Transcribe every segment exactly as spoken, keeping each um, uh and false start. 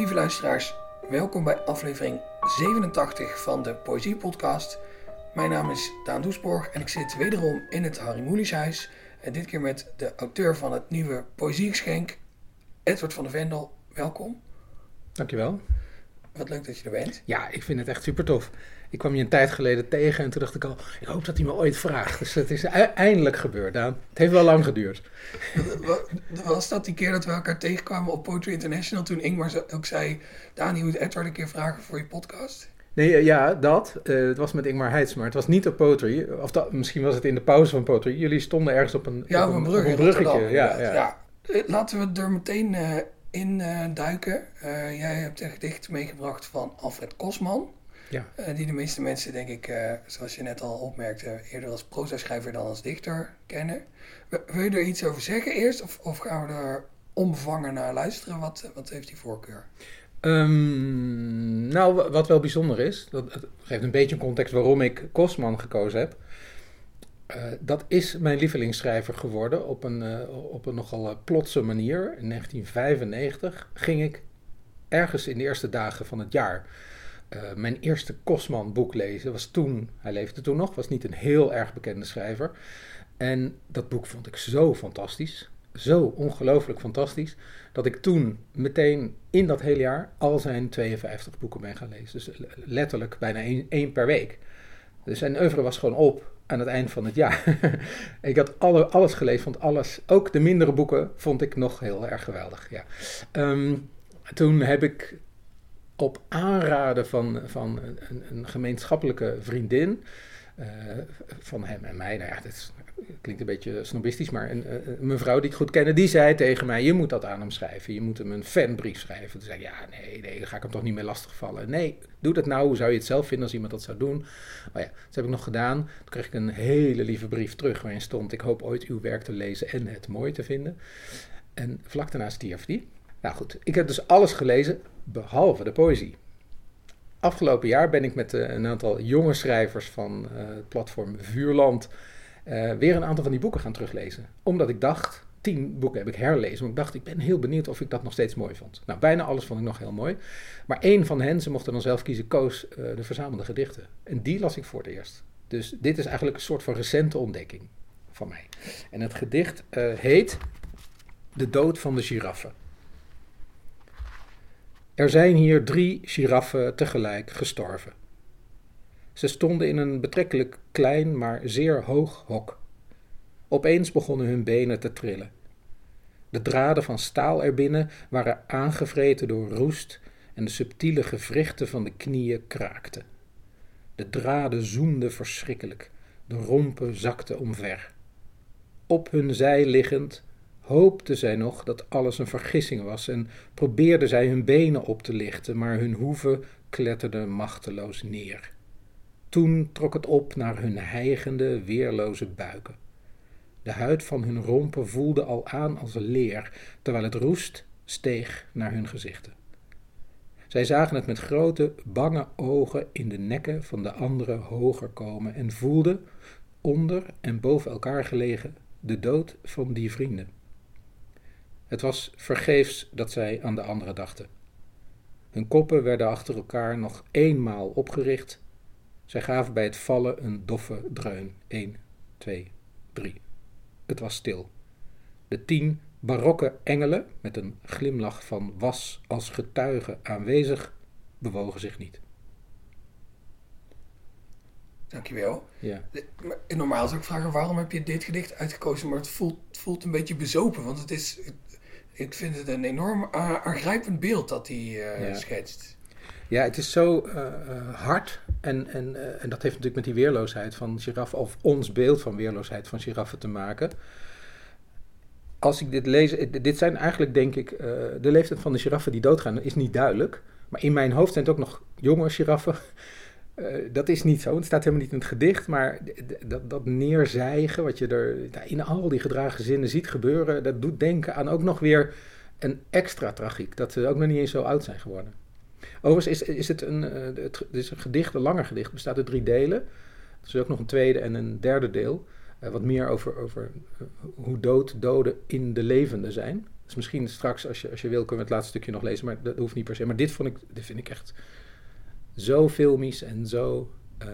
Lieve luisteraars, welkom bij aflevering zevenentachtig van de Poëziepodcast. Mijn naam is Daan Doesborg en ik zit wederom in het Harry Moelishuis. En dit keer met de auteur van het nieuwe Poëziegeschenk, Edward van der Vendel. Welkom. Dankjewel. Wat leuk dat je er bent. Ja, ik vind het echt super tof. Ik kwam je een tijd geleden tegen en toen dacht ik al, ik hoop dat hij me ooit vraagt. Dus het is e- eindelijk gebeurd, Daan. Het heeft wel lang geduurd. Was dat die keer dat we elkaar tegenkwamen op Poetry International, toen Ingmar ook zei, Daan, je moet Edward een keer vragen voor je podcast? Nee, ja, dat. Uh, het was met Ingmar Heitz, maar het was niet op Poetry. Of dat, misschien was het in de pauze van Poetry. Jullie stonden ergens op een, ja, op een, een, brug, op een bruggetje. Ja, ja, ja. Ja. Laten we er meteen uh, in uh, duiken. Uh, jij hebt een gedicht meegebracht van Alfred Kosman. Ja. Uh, die de meeste mensen, denk ik, uh, zoals je net al opmerkte, eerder als proza-schrijver dan als dichter kennen. Wil je er iets over zeggen eerst? Of, of gaan we er onbevangen naar luisteren? Wat, wat heeft die voorkeur? Um, nou, wat wel bijzonder is, dat het geeft een beetje een context waarom ik Kosman gekozen heb. Uh, dat is mijn lievelingsschrijver geworden op een, uh, op een nogal uh, plotse manier. In negentien vijfennegentig ging ik ergens in de eerste dagen van het jaar uh, mijn eerste Kosman boek lezen. Was toen, hij leefde toen nog, was niet een heel erg bekende schrijver. En dat boek vond ik zo fantastisch, zo ongelooflijk fantastisch, dat ik toen meteen in dat hele jaar al zijn tweeënvijftig boeken ben gaan lezen. Dus letterlijk bijna één, één per week. Dus zijn oeuvre was gewoon op aan het eind van het jaar. Ik had alle, alles gelezen, vond alles, ook de mindere boeken, vond ik nog heel erg geweldig. Ja. Um, toen heb ik op aanraden van, van een, een gemeenschappelijke vriendin, uh, van hem en mij, nou ja, dat is, klinkt een beetje snobistisch, maar een, een mevrouw die ik goed kende, die zei tegen mij, je moet dat aan hem schrijven, je moet hem een fanbrief schrijven. Toen zei ik, ja, nee, nee, dan ga ik hem toch niet meer lastigvallen. Nee, doe dat nou, hoe zou je het zelf vinden als iemand dat zou doen? Oh ja, dat heb ik nog gedaan. Toen kreeg ik een hele lieve brief terug waarin stond, ik hoop ooit uw werk te lezen en het mooi te vinden. En vlak daarna stierf die. Nou goed, ik heb dus alles gelezen, behalve de poëzie. Afgelopen jaar ben ik met uh, een aantal jonge schrijvers van uh, het platform Vuurland uh, weer een aantal van die boeken gaan teruglezen. Omdat ik dacht, tien boeken heb ik herlezen, maar ik dacht, ik ben heel benieuwd of ik dat nog steeds mooi vond. Nou, bijna alles vond ik nog heel mooi. Maar één van hen, ze mochten dan zelf kiezen, koos uh, de verzamelde gedichten. En die las ik voor het eerst. Dus dit is eigenlijk een soort van recente ontdekking van mij. En het gedicht uh, heet De dood van de giraffe. Er zijn hier drie giraffen tegelijk gestorven. Ze stonden in een betrekkelijk klein, maar zeer hoog hok. Opeens begonnen hun benen te trillen. De draden van staal erbinnen waren aangevreten door roest en de subtiele gewrichten van de knieën kraakten. De draden zoemden verschrikkelijk, de rompen zakten omver. Op hun zij liggend hoopten zij nog dat alles een vergissing was en probeerden zij hun benen op te lichten, maar hun hoeven kletterden machteloos neer. Toen trok het op naar hun hijgende, weerloze buiken. De huid van hun rompen voelde al aan als leer, terwijl het roest steeg naar hun gezichten. Zij zagen het met grote, bange ogen in de nekken van de anderen hoger komen en voelden, onder en boven elkaar gelegen, de dood van die vrienden. Het was vergeefs dat zij aan de anderen dachten. Hun koppen werden achter elkaar nog eenmaal opgericht. Zij gaven bij het vallen een doffe dreun. Eén, twee, drie. Het was stil. De tien barokke engelen, met een glimlach van was als getuige aanwezig, bewogen zich niet. Dankjewel. Ja. Normaal zou ik vragen, waarom heb je dit gedicht uitgekozen? Maar het voelt, het voelt een beetje bezopen, want het is... Het, ik vind het een enorm uh, aangrijpend beeld dat hij uh, ja. schetst. Ja, het is zo uh, uh, hard en, en, uh, en dat heeft natuurlijk met die weerloosheid van giraffen, of ons beeld van weerloosheid van giraffen te maken. Als ik dit lees, dit zijn eigenlijk denk ik, uh, de leeftijd van de giraffen die doodgaan is niet duidelijk. Maar in mijn hoofd zijn het ook nog jonge giraffen. Uh, dat is niet zo, het staat helemaal niet in het gedicht, maar d- d- dat, dat neerzijgen, wat je er in al die gedragen zinnen ziet gebeuren, dat doet denken aan ook nog weer een extra tragiek, dat ze ook nog niet eens zo oud zijn geworden. Overigens is, is het, een, uh, het, het is een gedicht, een langer gedicht, bestaat uit drie delen. Er is ook nog een tweede en een derde deel, uh, wat meer over, over uh, hoe dood doden in de levende zijn. Dus misschien straks, als je, als je wil, kunnen we het laatste stukje nog lezen. Maar dat hoeft niet per se. Maar dit, vond ik, dit vind ik echt zo filmisch en zo uh,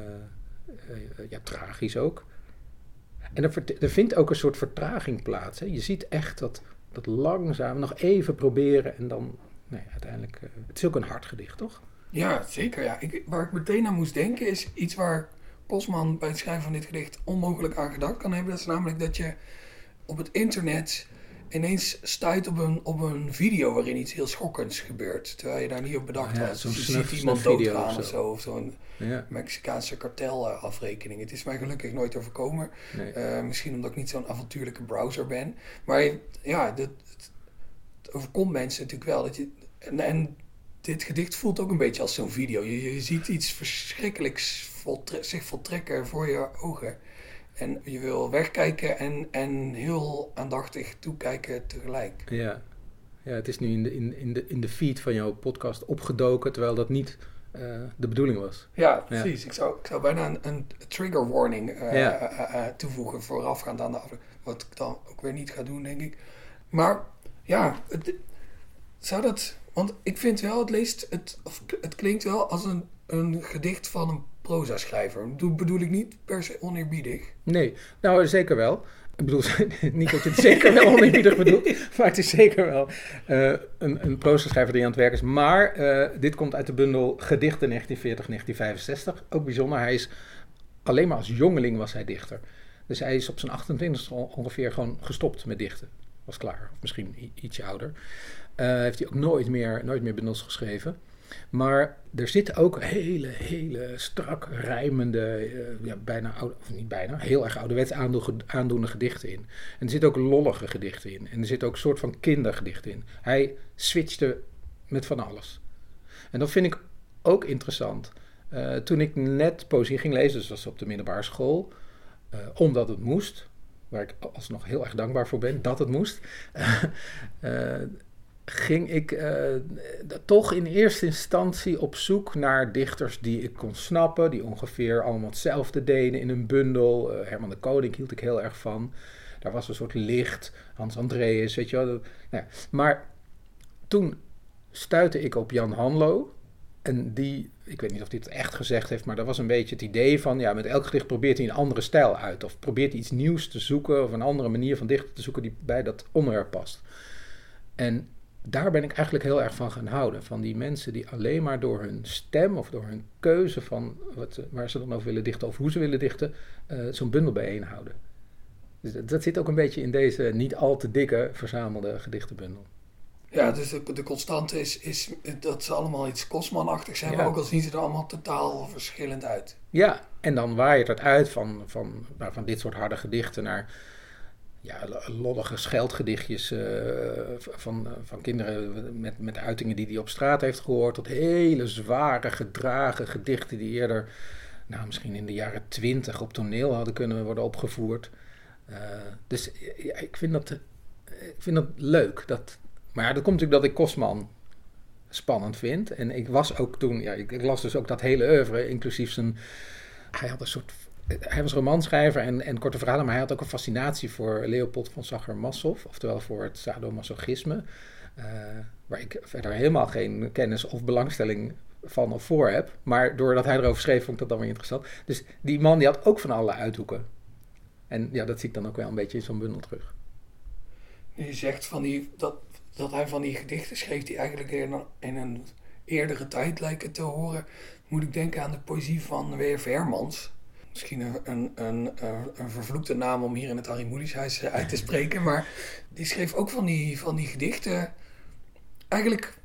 uh, ja, tragisch ook. En er, er vindt ook een soort vertraging plaats. Hè. Je ziet echt dat, dat langzaam nog even proberen en dan... Nee, uiteindelijk... Uh, het is ook een hard gedicht, toch? Ja, zeker. Ja. Ik, waar ik meteen aan moest denken is iets waar Kosman bij het schrijven van dit gedicht onmogelijk aan gedacht kan hebben. Dat is namelijk dat je op het internet ineens stuit op een, op een video waarin iets heel schokkends gebeurt. Terwijl je daar niet op bedacht ja, had. Zo'n dus je snuf, ziet iemand doodgaan of, of zo. Of zo'n ja. Mexicaanse kartelafrekening. Het is mij gelukkig nooit overkomen. Nee. Uh, misschien omdat ik niet zo'n avontuurlijke browser ben. Maar ja, dat, het, het overkomt mensen natuurlijk wel. Dat je, en, en dit gedicht voelt ook een beetje als zo'n video. Je, je ziet iets verschrikkelijks voltre- zich voltrekken voor je ogen. En je wil wegkijken en, en heel aandachtig toekijken tegelijk. Ja, ja het is nu in de, in, in, de, in de feed van jouw podcast opgedoken, terwijl dat niet uh, de bedoeling was. Ja, precies. Ja. Ik, zou, ik zou bijna een, een trigger warning uh, ja. uh, uh, toevoegen voorafgaand aan de aflevering. Wat ik dan ook weer niet ga doen, denk ik. Maar ja, het, zou dat... Want ik vind wel, het leest... Het, of, het klinkt wel als een, een gedicht van een proza-schrijver. Dat bedoel ik niet per se oneerbiedig. Nee, nou zeker wel. Ik bedoel, niet dat je het zeker wel oneerbiedig bedoelt, maar het is zeker wel uh, een, een proza-schrijver die aan het werk is. Maar uh, dit komt uit de bundel Gedichten negentien veertig tot negentien vijfenzestig. Ook bijzonder, hij is alleen maar als jongeling was hij dichter. Dus hij is op zijn achtentwintigste ongeveer gewoon gestopt met dichten. Was klaar, of misschien i- ietsje ouder. Uh, heeft hij ook nooit meer, nooit meer bundels geschreven. Maar er zitten ook hele, hele strak rijmende, uh, ja, bijna, oude, of niet bijna, heel erg ouderwets aandoen, aandoende gedichten in. En er zitten ook lollige gedichten in. En er zitten ook een soort van kindergedichten in. Hij switchte met van alles. En dat vind ik ook interessant. Uh, toen ik net poëzie ging lezen, dus dat was op de middelbare school, uh, omdat het moest, waar ik alsnog heel erg dankbaar voor ben, dat het moest, uh, uh, ging ik uh, toch in eerste instantie op zoek naar dichters die ik kon snappen, die ongeveer allemaal hetzelfde deden in een bundel. Uh, Herman de Koning hield ik heel erg van. Daar was een soort licht, Hans Andreas, weet je wel. Nou ja. Maar toen stuitte ik op Jan Hanlo. En die, ik weet niet of hij het echt gezegd heeft, maar dat was een beetje het idee van, ja, met elk gedicht probeert hij een andere stijl uit. Of probeert hij iets nieuws te zoeken, of een andere manier van dichten te zoeken die bij dat onderwerp past. En daar ben ik eigenlijk heel erg van gaan houden. Van die mensen die alleen maar door hun stem of door hun keuze van wat, waar ze dan over willen dichten of hoe ze willen dichten, uh, zo'n bundel bijeenhouden. Dus dat, dat zit ook een beetje in deze niet al te dikke verzamelde gedichtenbundel. Ja, dus de, de constante is, is dat ze allemaal iets Kosman-achtigs hebben, Ja. ook al zien ze er allemaal totaal verschillend uit. Ja, en dan waait het uit van, van, nou, van dit soort harde gedichten naar ja, lollige scheldgedichtjes uh, van, van kinderen met, met uitingen die hij op straat heeft gehoord, tot hele zware, gedragen gedichten die eerder, nou, misschien in de jaren twintig op toneel hadden kunnen worden opgevoerd. Uh, dus ja, ik vind dat, ik vind dat leuk. Dat, maar ja, dat komt natuurlijk dat ik Kosman spannend vind. En ik was ook toen, ja, ik, ik las dus ook dat hele oeuvre, inclusief zijn, hij had een soort, hij was romanschrijver en, en korte verhalen, maar hij had ook een fascinatie voor Leopold von Sacher-Masoch, oftewel voor het sadomasochisme, uh, waar ik verder helemaal geen kennis of belangstelling van of voor heb. Maar doordat hij erover schreef, vond ik dat dan weer interessant. Dus die man die had ook van alle uithoeken. En ja, dat zie ik dan ook wel een beetje in zo'n bundel terug. Je zegt van die, dat, dat hij van die gedichten schreef die eigenlijk in een, in een eerdere tijd lijken te horen, moet ik denken aan de poëzie van W F Hermans. Misschien een, een, een, een vervloekte naam om hier in het Harry Mulisch-huis uit te spreken, maar die schreef ook van die, van die gedichten. Eigenlijk,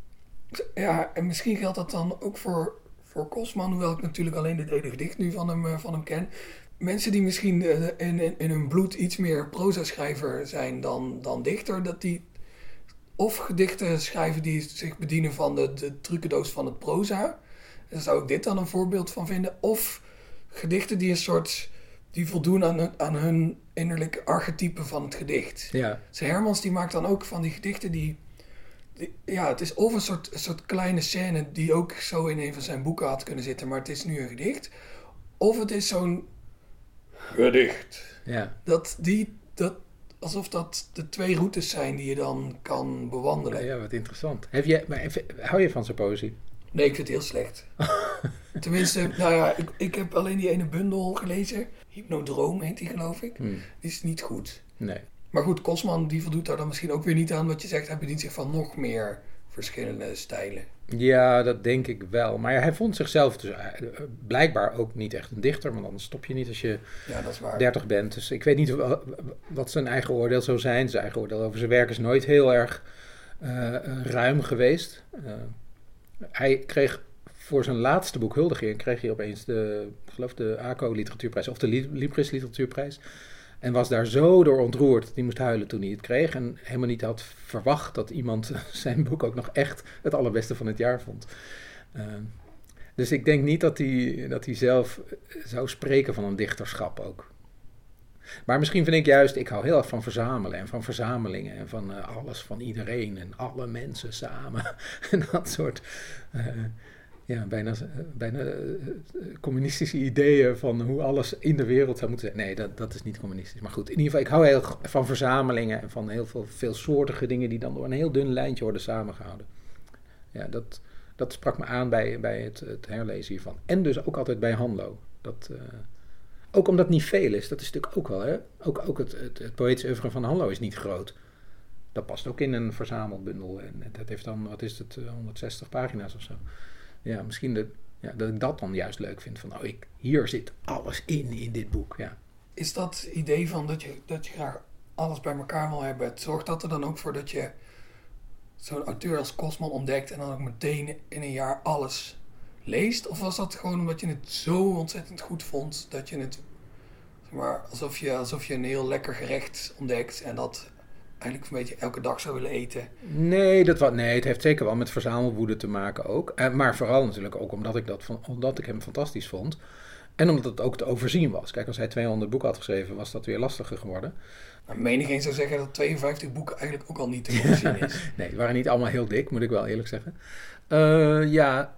ja, en misschien geldt dat dan ook voor, voor Kosman, hoewel ik natuurlijk alleen dit ene gedicht nu van hem, van hem ken. Mensen die misschien in, in, in hun bloed iets meer proza-schrijver zijn dan, dan dichter, dat die of gedichten schrijven die zich bedienen van de, de trucendoos van het proza. Daar zou ik dit dan een voorbeeld van vinden. Of gedichten die een soort, die voldoen aan, aan hun innerlijke archetype van het gedicht. Ja. Dus Hermans die maakt dan ook van die gedichten die, die ja, het is of een soort, een soort kleine scène die ook zo in een van zijn boeken had kunnen zitten, maar het is nu een gedicht. Of het is zo'n gedicht. Ja. Dat die, dat alsof dat de twee routes zijn die je dan kan bewandelen. Ja, wat interessant. Heb je, maar, hou je van zijn poëzie? Nee, ik vind het heel slecht. Tenminste, nou ja, ik, ik heb alleen die ene bundel gelezen. Hypnodroom heet die, geloof ik. Hmm. Die is niet goed. Nee. Maar goed, Kosman die voldoet daar dan misschien ook weer niet aan. Wat je zegt, hij bedient zich van nog meer verschillende stijlen. Ja, dat denk ik wel. Maar hij vond zichzelf dus blijkbaar ook niet echt een dichter. Want anders stop je niet als je ja, dat is waar. dertig bent. Dus ik weet niet wat zijn eigen oordeel zou zijn. Zijn eigen oordeel over zijn werk is nooit heel erg uh, ruim geweest. Uh, hij kreeg voor zijn laatste boek Huldiging... kreeg hij opeens de, ik geloof de A C O Literatuurprijs... of de Libris Literatuurprijs... En was daar zo door ontroerd dat hij moest huilen toen hij het kreeg. En helemaal niet had verwacht dat iemand zijn boek ook nog echt het allerbeste van het jaar vond. Uh, dus ik denk niet dat hij, dat hij zelf zou spreken van een dichterschap ook. Maar misschien vind ik juist, ik hou heel erg van verzamelen en van verzamelingen. En van uh, alles van iedereen en alle mensen samen. En dat soort... Uh, Ja, bijna, bijna uh, communistische ideeën van hoe alles in de wereld zou moeten zijn. Nee, dat, dat is niet communistisch. Maar goed, in ieder geval, ik hou heel van verzamelingen en van heel veel veelsoortige dingen die dan door een heel dun lijntje worden samengehouden. Ja, dat, dat sprak me aan bij, bij het, het herlezen hiervan. En dus ook altijd bij Hanlo. Dat, uh, ook omdat het niet veel is, dat is natuurlijk ook wel, hè. Ook, ook het, het, het poëtische oeuvre van Hanlo is niet groot. Dat past ook in een verzamelbundel. En dat heeft dan, wat is het, honderdzestig pagina's of zo. Ja, misschien de, ja, dat ik dat dan juist leuk vind. Van, oh, ik, hier zit alles in, in dit boek. Ja. Is dat het idee van dat je, dat je graag alles bij elkaar wil hebben? Het zorgt dat er dan ook voor dat je zo'n auteur als Kosman ontdekt... en dan ook meteen in een jaar alles leest? Of was dat gewoon omdat je het zo ontzettend goed vond... dat je het, zeg maar, alsof je, alsof je een heel lekker gerecht ontdekt... en dat... eigenlijk een beetje elke dag zou willen eten. Nee, dat wat, nee, het heeft zeker wel met verzamelwoede te maken ook. Uh, maar vooral natuurlijk ook omdat ik, dat van, omdat ik hem fantastisch vond. En omdat het ook te overzien was. Kijk, als hij tweehonderd boeken had geschreven, was dat weer lastiger geworden. Nou, menigeen zou zeggen dat tweeënvijftig boeken eigenlijk ook al niet te overzien is. Nee, die waren niet allemaal heel dik, moet ik wel eerlijk zeggen. Uh, ja,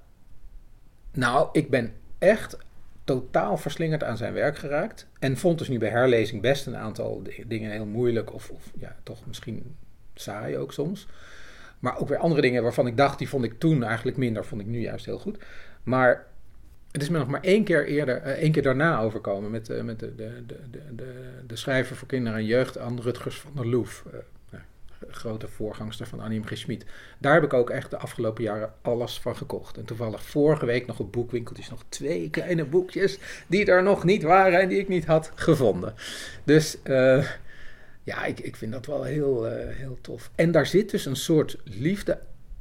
nou, ik ben echt... totaal verslingerd aan zijn werk geraakt. En vond dus nu bij herlezing best een aantal dingen heel moeilijk. Of, of ja, toch misschien saai ook soms. Maar ook weer andere dingen waarvan ik dacht, die vond ik toen eigenlijk minder. Vond ik nu juist heel goed. Maar het is me nog maar één keer eerder, uh, één keer daarna overkomen. Met, uh, met de, de, de, de, de, de schrijver voor kinderen en jeugd, Anne Rutgers van der Loef. Uh, grote voorgangster van Annie M. G. Schmid. Daar heb ik ook echt de afgelopen jaren alles van gekocht. En toevallig vorige week nog op boekwinkeltjes nog twee kleine boekjes die er nog niet waren en die ik niet had gevonden. Dus uh, ja, ik, ik vind dat wel heel, uh, heel tof. En daar zit dus een soort liefde,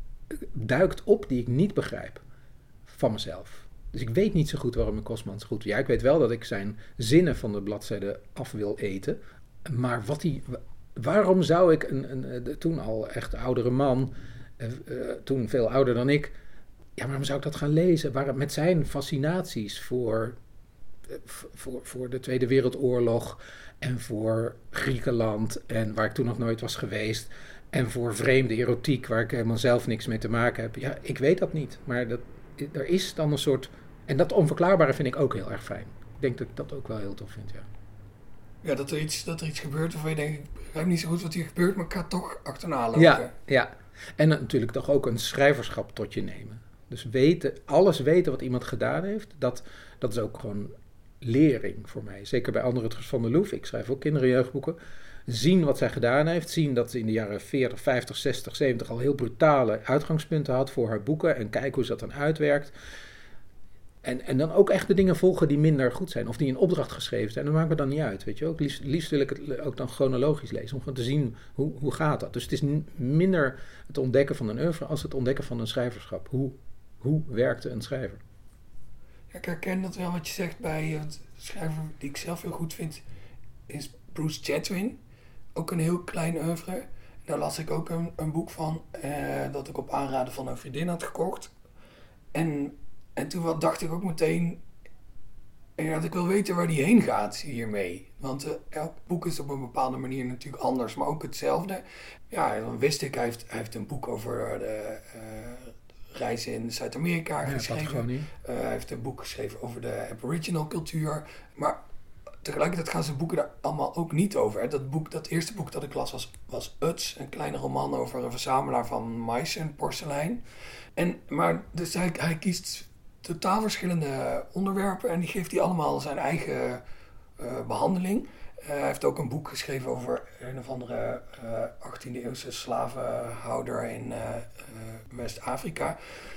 duikt op die ik niet begrijp van mezelf. Dus ik weet niet zo goed waarom ik Kosman zo goed... Ja, ik weet wel dat ik zijn zinnen van de bladzijde af wil eten. Maar wat hij... Waarom zou ik, een, een, een toen al echt oudere man, uh, uh, toen veel ouder dan ik... Ja, waarom zou ik dat gaan lezen? Waar, met zijn fascinaties voor, uh, voor, voor de Tweede Wereldoorlog... en voor Griekenland, en waar ik toen nog nooit was geweest... en voor vreemde erotiek, waar ik helemaal zelf niks mee te maken heb. Ja, ik weet dat niet, maar dat, er is dan een soort... En dat onverklaarbare vind ik ook heel erg fijn. Ik denk dat ik dat ook wel heel tof vind, ja. Ja, dat er iets, dat er iets gebeurt waarvan je denkt, ik begrijp niet zo goed wat hier gebeurt, maar ik ga toch achterna lopen. Ja, ja. En natuurlijk toch ook een schrijverschap tot je nemen. Dus weten, alles weten wat iemand gedaan heeft, dat, dat is ook gewoon lering voor mij. Zeker bij Anne Rutgers van der Loef, ik schrijf ook kinder- en jeugdboeken. Zien wat zij gedaan heeft, zien dat ze in de jaren veertig, vijftig, zestig, zeventig al heel brutale uitgangspunten had voor haar boeken en kijken hoe ze dat dan uitwerkt. En, en dan ook echt de dingen volgen die minder goed zijn. Of die in opdracht geschreven zijn. Dat maakt me dan niet uit, weet je ook. Liefst, liefst wil ik het ook dan chronologisch lezen. Om gewoon te zien, hoe, hoe gaat dat. Dus het is n- minder het ontdekken van een oeuvre als het ontdekken van een schrijverschap. Hoe, hoe werkte een schrijver? Ja, ik herken dat wel wat je zegt bij een schrijver die ik zelf heel goed vind. Is Bruce Chatwin. Ook een heel klein oeuvre. Daar las ik ook een, een boek van. Uh, dat ik op aanraden van een vriendin had gekocht. En... En toen dacht ik ook meteen, dat ik wil weten waar die heen gaat hiermee. Want uh, elk boek is op een bepaalde manier natuurlijk anders, maar ook hetzelfde. Ja, dan wist ik, hij heeft, hij heeft een boek over de uh, reizen in Zuid-Amerika ja, geschreven. Uh, hij heeft een boek geschreven over de Aboriginal cultuur. Maar tegelijkertijd gaan zijn boeken daar allemaal ook niet over. Hè. Dat, boek, dat eerste boek dat ik las was, was Uts, een kleine roman over een verzamelaar van mais en porselein. En, maar dus hij, hij kiest totaal verschillende onderwerpen en die geeft hij allemaal zijn eigen uh, behandeling. Uh, hij heeft ook een boek geschreven over een of andere uh, achttiende eeuwse slavenhouder in uh, uh, West-Afrika.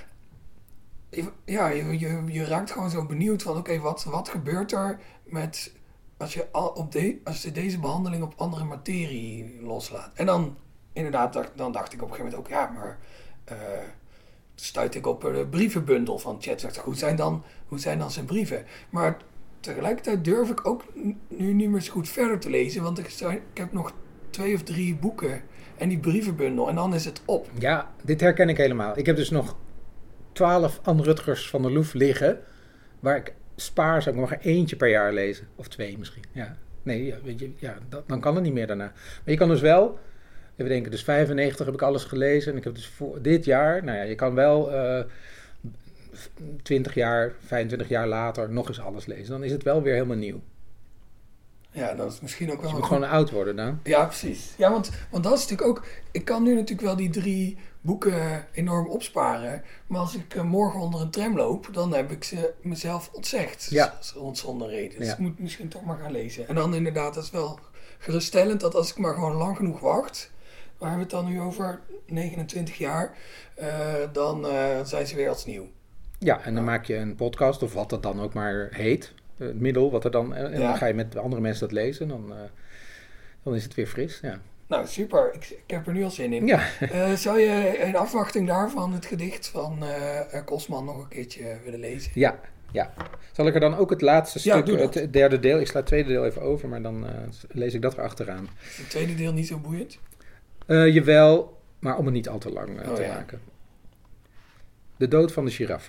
Ja, je, je, je raakt gewoon zo benieuwd van oké, okay, wat, wat gebeurt er met als je, al op de, als je deze behandeling op andere materie loslaat. En dan inderdaad, dan dacht ik op een gegeven moment ook ja, maar uh, stuit ik op een brievenbundel van Tjeerd. Hoe zijn dan, hoe zijn dan zijn brieven? Maar tegelijkertijd durf ik ook nu niet meer zo goed verder te lezen, want ik, ik heb nog twee of drie boeken en die brievenbundel en dan is het op. Ja, dit herken ik helemaal. Ik heb dus nog twaalf Anne Rutgers van der Loef liggen, waar ik spaar, zou ik nog maar eentje per jaar lezen. Of twee misschien, ja. Nee, ja, weet je, ja, dat, dan kan het niet meer daarna. Maar je kan dus wel, even denken, dus vijfennegentig heb ik alles gelezen. En ik heb dus voor dit jaar, nou ja, je kan wel uh, twintig jaar, vijfentwintig jaar later nog eens alles lezen. Dan is het wel weer helemaal nieuw. Ja, dat is misschien ook wel... Dus je moet gewoon oud worden dan. Ja, precies. Ja, want, want dat is natuurlijk ook... Ik kan nu natuurlijk wel die drie boeken enorm opsparen. Maar als ik uh, morgen onder een tram loop, dan heb ik ze mezelf ontzegd. Ja. Zonder reden. Dus ja. ik moet misschien toch maar gaan lezen. En dan inderdaad, dat is wel geruststellend dat als ik maar gewoon lang genoeg wacht... Waar hebben we het dan nu over? negenentwintig jaar. Uh, dan uh, zijn ze weer als nieuw. Ja, en dan ja. maak je een podcast of wat dat dan ook maar heet. Het middel, wat er dan... En ja. dan ga je met andere mensen dat lezen. Dan, uh, dan is het weer fris, ja. Nou, super. Ik, ik heb er nu al zin in. Ja. Uh, zou je in afwachting daarvan het gedicht van uh, Kosman nog een keertje willen lezen? Ja, ja. Zal ik er dan ook het laatste stuk, ja, het derde deel... Ik sla het tweede deel even over, maar dan uh, lees ik dat erachteraan. Is het tweede deel niet zo boeiend? Uh, jawel, maar om het niet al te lang uh, oh, te ja. maken. De dood van de giraffe.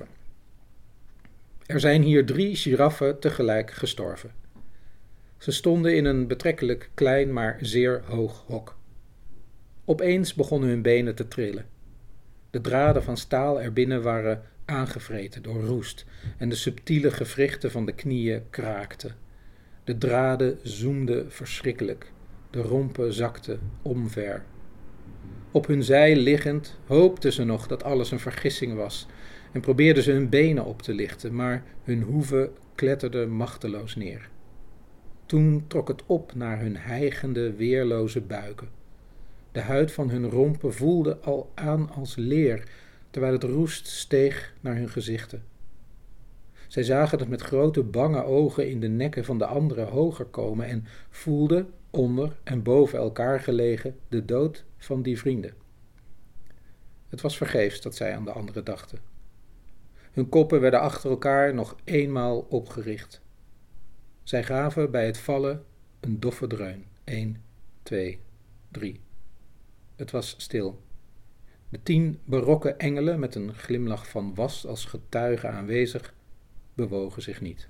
Er zijn hier drie giraffen tegelijk gestorven. Ze stonden in een betrekkelijk klein, maar zeer hoog hok. Opeens begonnen hun benen te trillen. De draden van staal erbinnen waren aangevreten door roest en de subtiele gewrichten van de knieën kraakten. De draden zoemden verschrikkelijk. De rompen zakten omver. Op hun zij liggend hoopten ze nog dat alles een vergissing was en probeerden ze hun benen op te lichten, maar hun hoeven kletterden machteloos neer. Toen trok het op naar hun hijgende, weerloze buiken. De huid van hun rompen voelde al aan als leer, terwijl het roest steeg naar hun gezichten. Zij zagen het met grote bange ogen in de nekken van de anderen hoger komen en voelden, onder en boven elkaar gelegen, de dood van die vrienden. Het was vergeefs dat zij aan de anderen dachten. Hun koppen werden achter elkaar nog eenmaal opgericht. Zij gaven bij het vallen een doffe dreun. Eén, twee, drie. Het was stil. De tien barokke engelen met een glimlach van was als getuige aanwezig bewogen zich niet.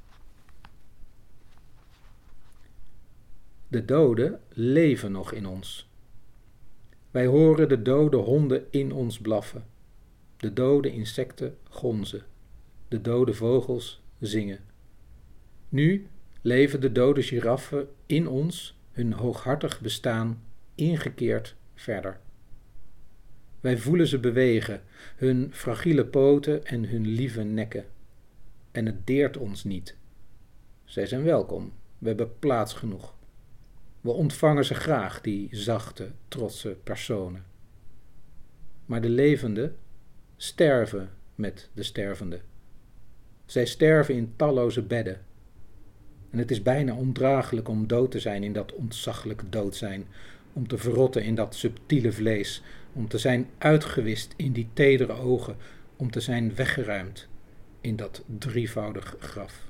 De doden leven nog in ons. Wij horen de dode honden in ons blaffen. De dode insecten gonzen. De dode vogels zingen. Nu leven de dode giraffen in ons hun hooghartig bestaan ingekeerd verder. Wij voelen ze bewegen, hun fragiele poten en hun lieve nekken. En het deert ons niet. Zij zijn welkom, we hebben plaats genoeg. We ontvangen ze graag, die zachte, trotse personen. Maar de levenden sterven met de stervende. Zij sterven in talloze bedden. En het is bijna ondraaglijk om dood te zijn in dat ontzaglijk dood zijn, om te verrotten in dat subtiele vlees, om te zijn uitgewist in die tedere ogen, om te zijn weggeruimd in dat drievoudig graf.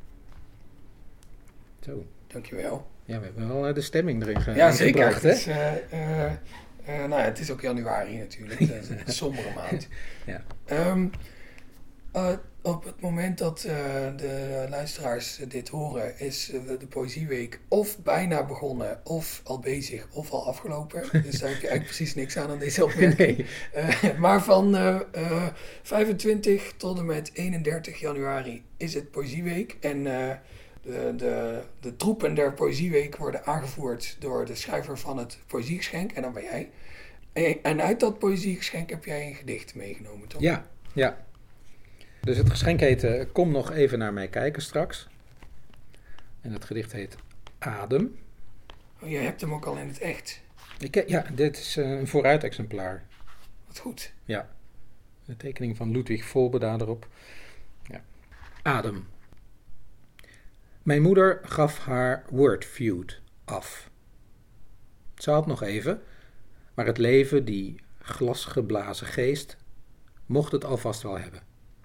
Zo. Dankjewel. Ja, we hebben wel de stemming erin ge- ja, zeker. gebracht, hè? Het is, uh, uh, uh, nou ja, het is ook januari natuurlijk. Dat is een sombere maand. Ja. Um, uh, op het moment dat uh, de luisteraars dit horen, is uh, de Poëzieweek of bijna begonnen, of al bezig, of al afgelopen. Dus daar heb je eigenlijk precies niks aan aan deze opmerking. Nee. Uh, maar van uh, uh, vijfentwintig tot en met eenendertig januari is het Poëzieweek. En uh, De, de, de troepen der Poëzieweek worden aangevoerd door de schrijver van het Poëziegeschenk. En dan ben jij. En, en uit dat Poëziegeschenk heb jij een gedicht meegenomen, toch? Ja, ja. Dus het geschenk heet uh, Kom nog even naar mij kijken straks. En het gedicht heet Adem. Oh, jij hebt hem ook al in het echt. Ik, ja, dit is uh, een vooruitexemplaar. Wat goed. Ja. De tekening van Ludwig Volbeda erop. Ja. Adem. Mijn moeder gaf haar Wordfeud af. Ze had nog even, maar het leven, die glasgeblazen geest, mocht het alvast wel hebben.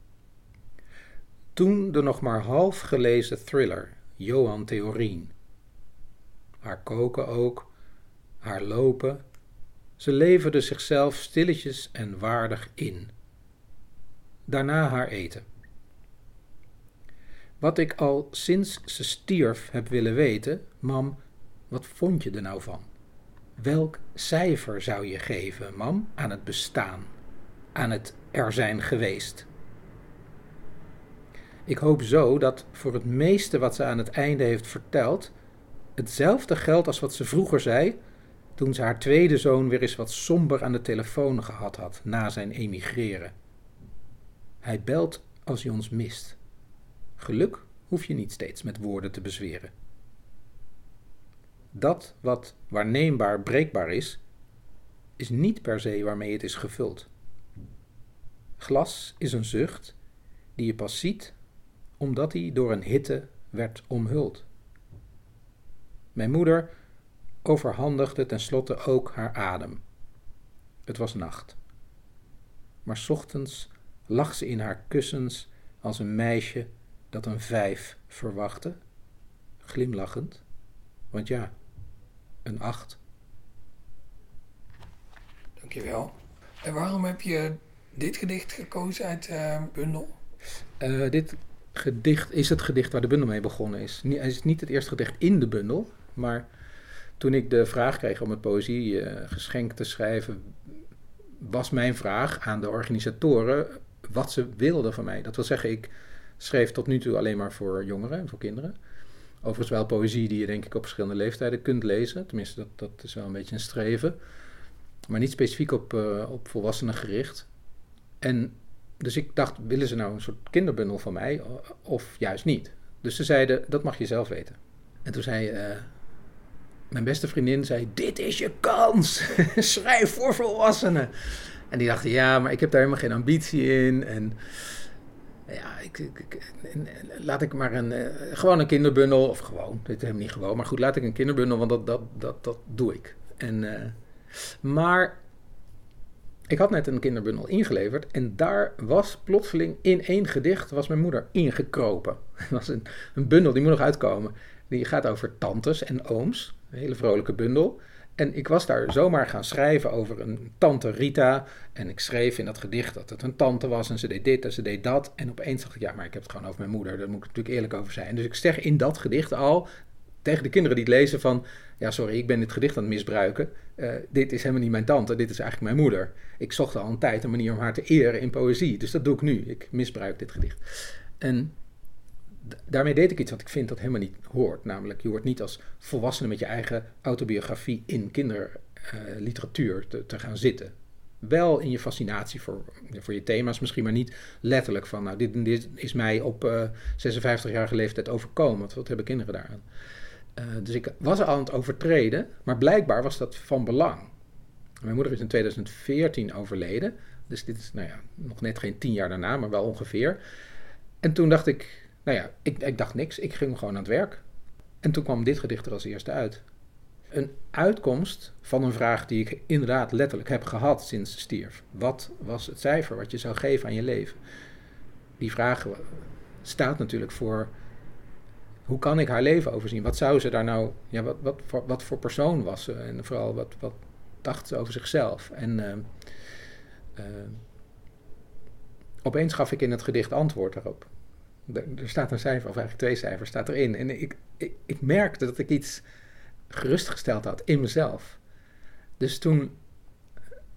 Toen de nog maar half gelezen thriller, Johan Theorien. Haar koken ook, haar lopen, ze leverde zichzelf stilletjes en waardig in. Daarna haar eten. Wat ik al sinds ze stierf heb willen weten, mam, wat vond je er nou van? Welk cijfer zou je geven, mam, aan het bestaan, aan het er zijn geweest? Ik hoop zo dat voor het meeste wat ze aan het einde heeft verteld, hetzelfde geldt als wat ze vroeger zei, toen ze haar tweede zoon weer eens wat somber aan de telefoon gehad had na zijn emigreren. Hij belt als hij ons mist. Geluk hoef je niet steeds met woorden te bezweren. Dat wat waarneembaar breekbaar is, is niet per se waarmee het is gevuld. Glas is een zucht die je pas ziet omdat hij door een hitte werd omhuld. Mijn moeder overhandigde tenslotte ook haar adem. Het was nacht. Maar 's ochtends lag ze in haar kussens als een meisje dat een vijf verwachtte, glimlachend, want ja, een acht. Dankjewel. En waarom heb je dit gedicht gekozen uit de uh, bundel? Uh, dit gedicht is het gedicht waar de bundel mee begonnen is. Het is niet het eerste gedicht in de bundel, maar toen ik de vraag kreeg om het poëziegeschenk te schrijven, was mijn vraag aan de organisatoren wat ze wilden van mij. Dat wil zeggen, ik schreef tot nu toe alleen maar voor jongeren en voor kinderen. Overigens wel poëzie die je denk ik op verschillende leeftijden kunt lezen. Tenminste, dat, dat is wel een beetje een streven. Maar niet specifiek op, uh, op volwassenen gericht. En dus ik dacht, willen ze nou een soort kinderbundel van mij of juist niet? Dus ze zeiden, dat mag je zelf weten. En toen zei uh, mijn beste vriendin, zei, dit is je kans. Schrijf voor volwassenen. En die dachten, ja, maar ik heb daar helemaal geen ambitie in. En ja, ik, ik, ik, laat ik maar een, uh, gewoon een kinderbundel, of gewoon, dit is helemaal niet gewoon, maar goed, laat ik een kinderbundel, want dat, dat, dat, dat doe ik. En, uh, maar ik had net een kinderbundel ingeleverd en daar was plotseling in één gedicht, was mijn moeder ingekropen. Het was een, een bundel, die moet nog uitkomen. Die gaat over tantes en ooms, een hele vrolijke bundel. En ik was daar zomaar gaan schrijven over een tante Rita. En ik schreef in dat gedicht dat het een tante was. En ze deed dit en ze deed dat. En opeens dacht ik, ja, maar ik heb het gewoon over mijn moeder. Daar moet ik natuurlijk eerlijk over zijn. Dus ik zeg in dat gedicht al tegen de kinderen die het lezen van, ja, sorry, ik ben dit gedicht aan het misbruiken. Uh, dit is helemaal niet mijn tante, dit is eigenlijk mijn moeder. Ik zocht al een tijd een manier om haar te eren in poëzie. Dus dat doe ik nu. Ik misbruik dit gedicht. En daarmee deed ik iets wat ik vind dat helemaal niet hoort. Namelijk, je hoort niet als volwassene met je eigen autobiografie in kinderliteratuur uh, te, te gaan zitten. Wel in je fascinatie voor, voor je thema's misschien, maar niet letterlijk van, nou, dit, dit is mij op uh, zesenvijftigjarige leeftijd overkomen. Wat, wat hebben kinderen daaraan? Uh, dus ik was al aan het overtreden, maar blijkbaar was dat van belang. Mijn moeder is in tweeduizend veertien overleden, dus dit is, nou ja, nog net geen tien jaar daarna, maar wel ongeveer. En toen dacht ik, nou ja, ik, ik dacht niks. Ik ging gewoon aan het werk. En toen kwam dit gedicht er als eerste uit. Een uitkomst van een vraag die ik inderdaad letterlijk heb gehad sinds ze stierf. Wat was het cijfer wat je zou geven aan je leven? Die vraag staat natuurlijk voor, hoe kan ik haar leven overzien? Wat zou ze daar nou, ja, wat, wat, voor, wat voor persoon was ze? En vooral, wat, wat dacht ze over zichzelf? En uh, uh, opeens gaf ik in het gedicht antwoord daarop. Er staat een cijfer, of eigenlijk twee cijfers, staat erin. En ik, ik, ik merkte dat ik iets gerustgesteld had in mezelf. Dus toen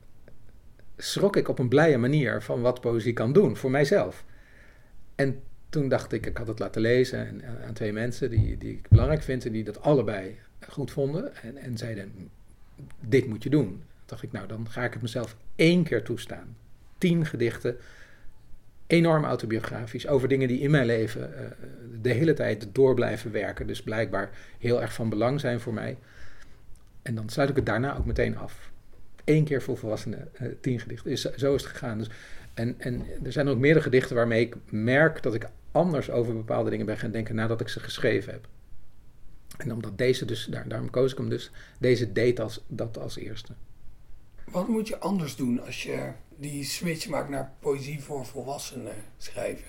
schrok ik op een blije manier van wat poëzie kan doen voor mijzelf. En toen dacht ik, ik had het laten lezen en, uh, aan twee mensen die, die ik belangrijk vind en die dat allebei goed vonden. En, en zeiden, dit moet je doen. Toen dacht ik, nou dan ga ik het mezelf één keer toestaan. Tien gedichten, enorm autobiografisch, over dingen die in mijn leven uh, de hele tijd door blijven werken. Dus blijkbaar heel erg van belang zijn voor mij. En dan sluit ik het daarna ook meteen af. Eén keer voor volwassenen, uh, tien gedichten. Is, zo is het gegaan. Dus, en, en er zijn ook meerdere gedichten waarmee ik merk dat ik anders over bepaalde dingen ben gaan denken nadat ik ze geschreven heb. En omdat deze dus, daar, daarom koos ik hem dus, deze deed als, dat als eerste. Wat moet je anders doen als je die switch maakt naar poëzie voor volwassenen schrijven?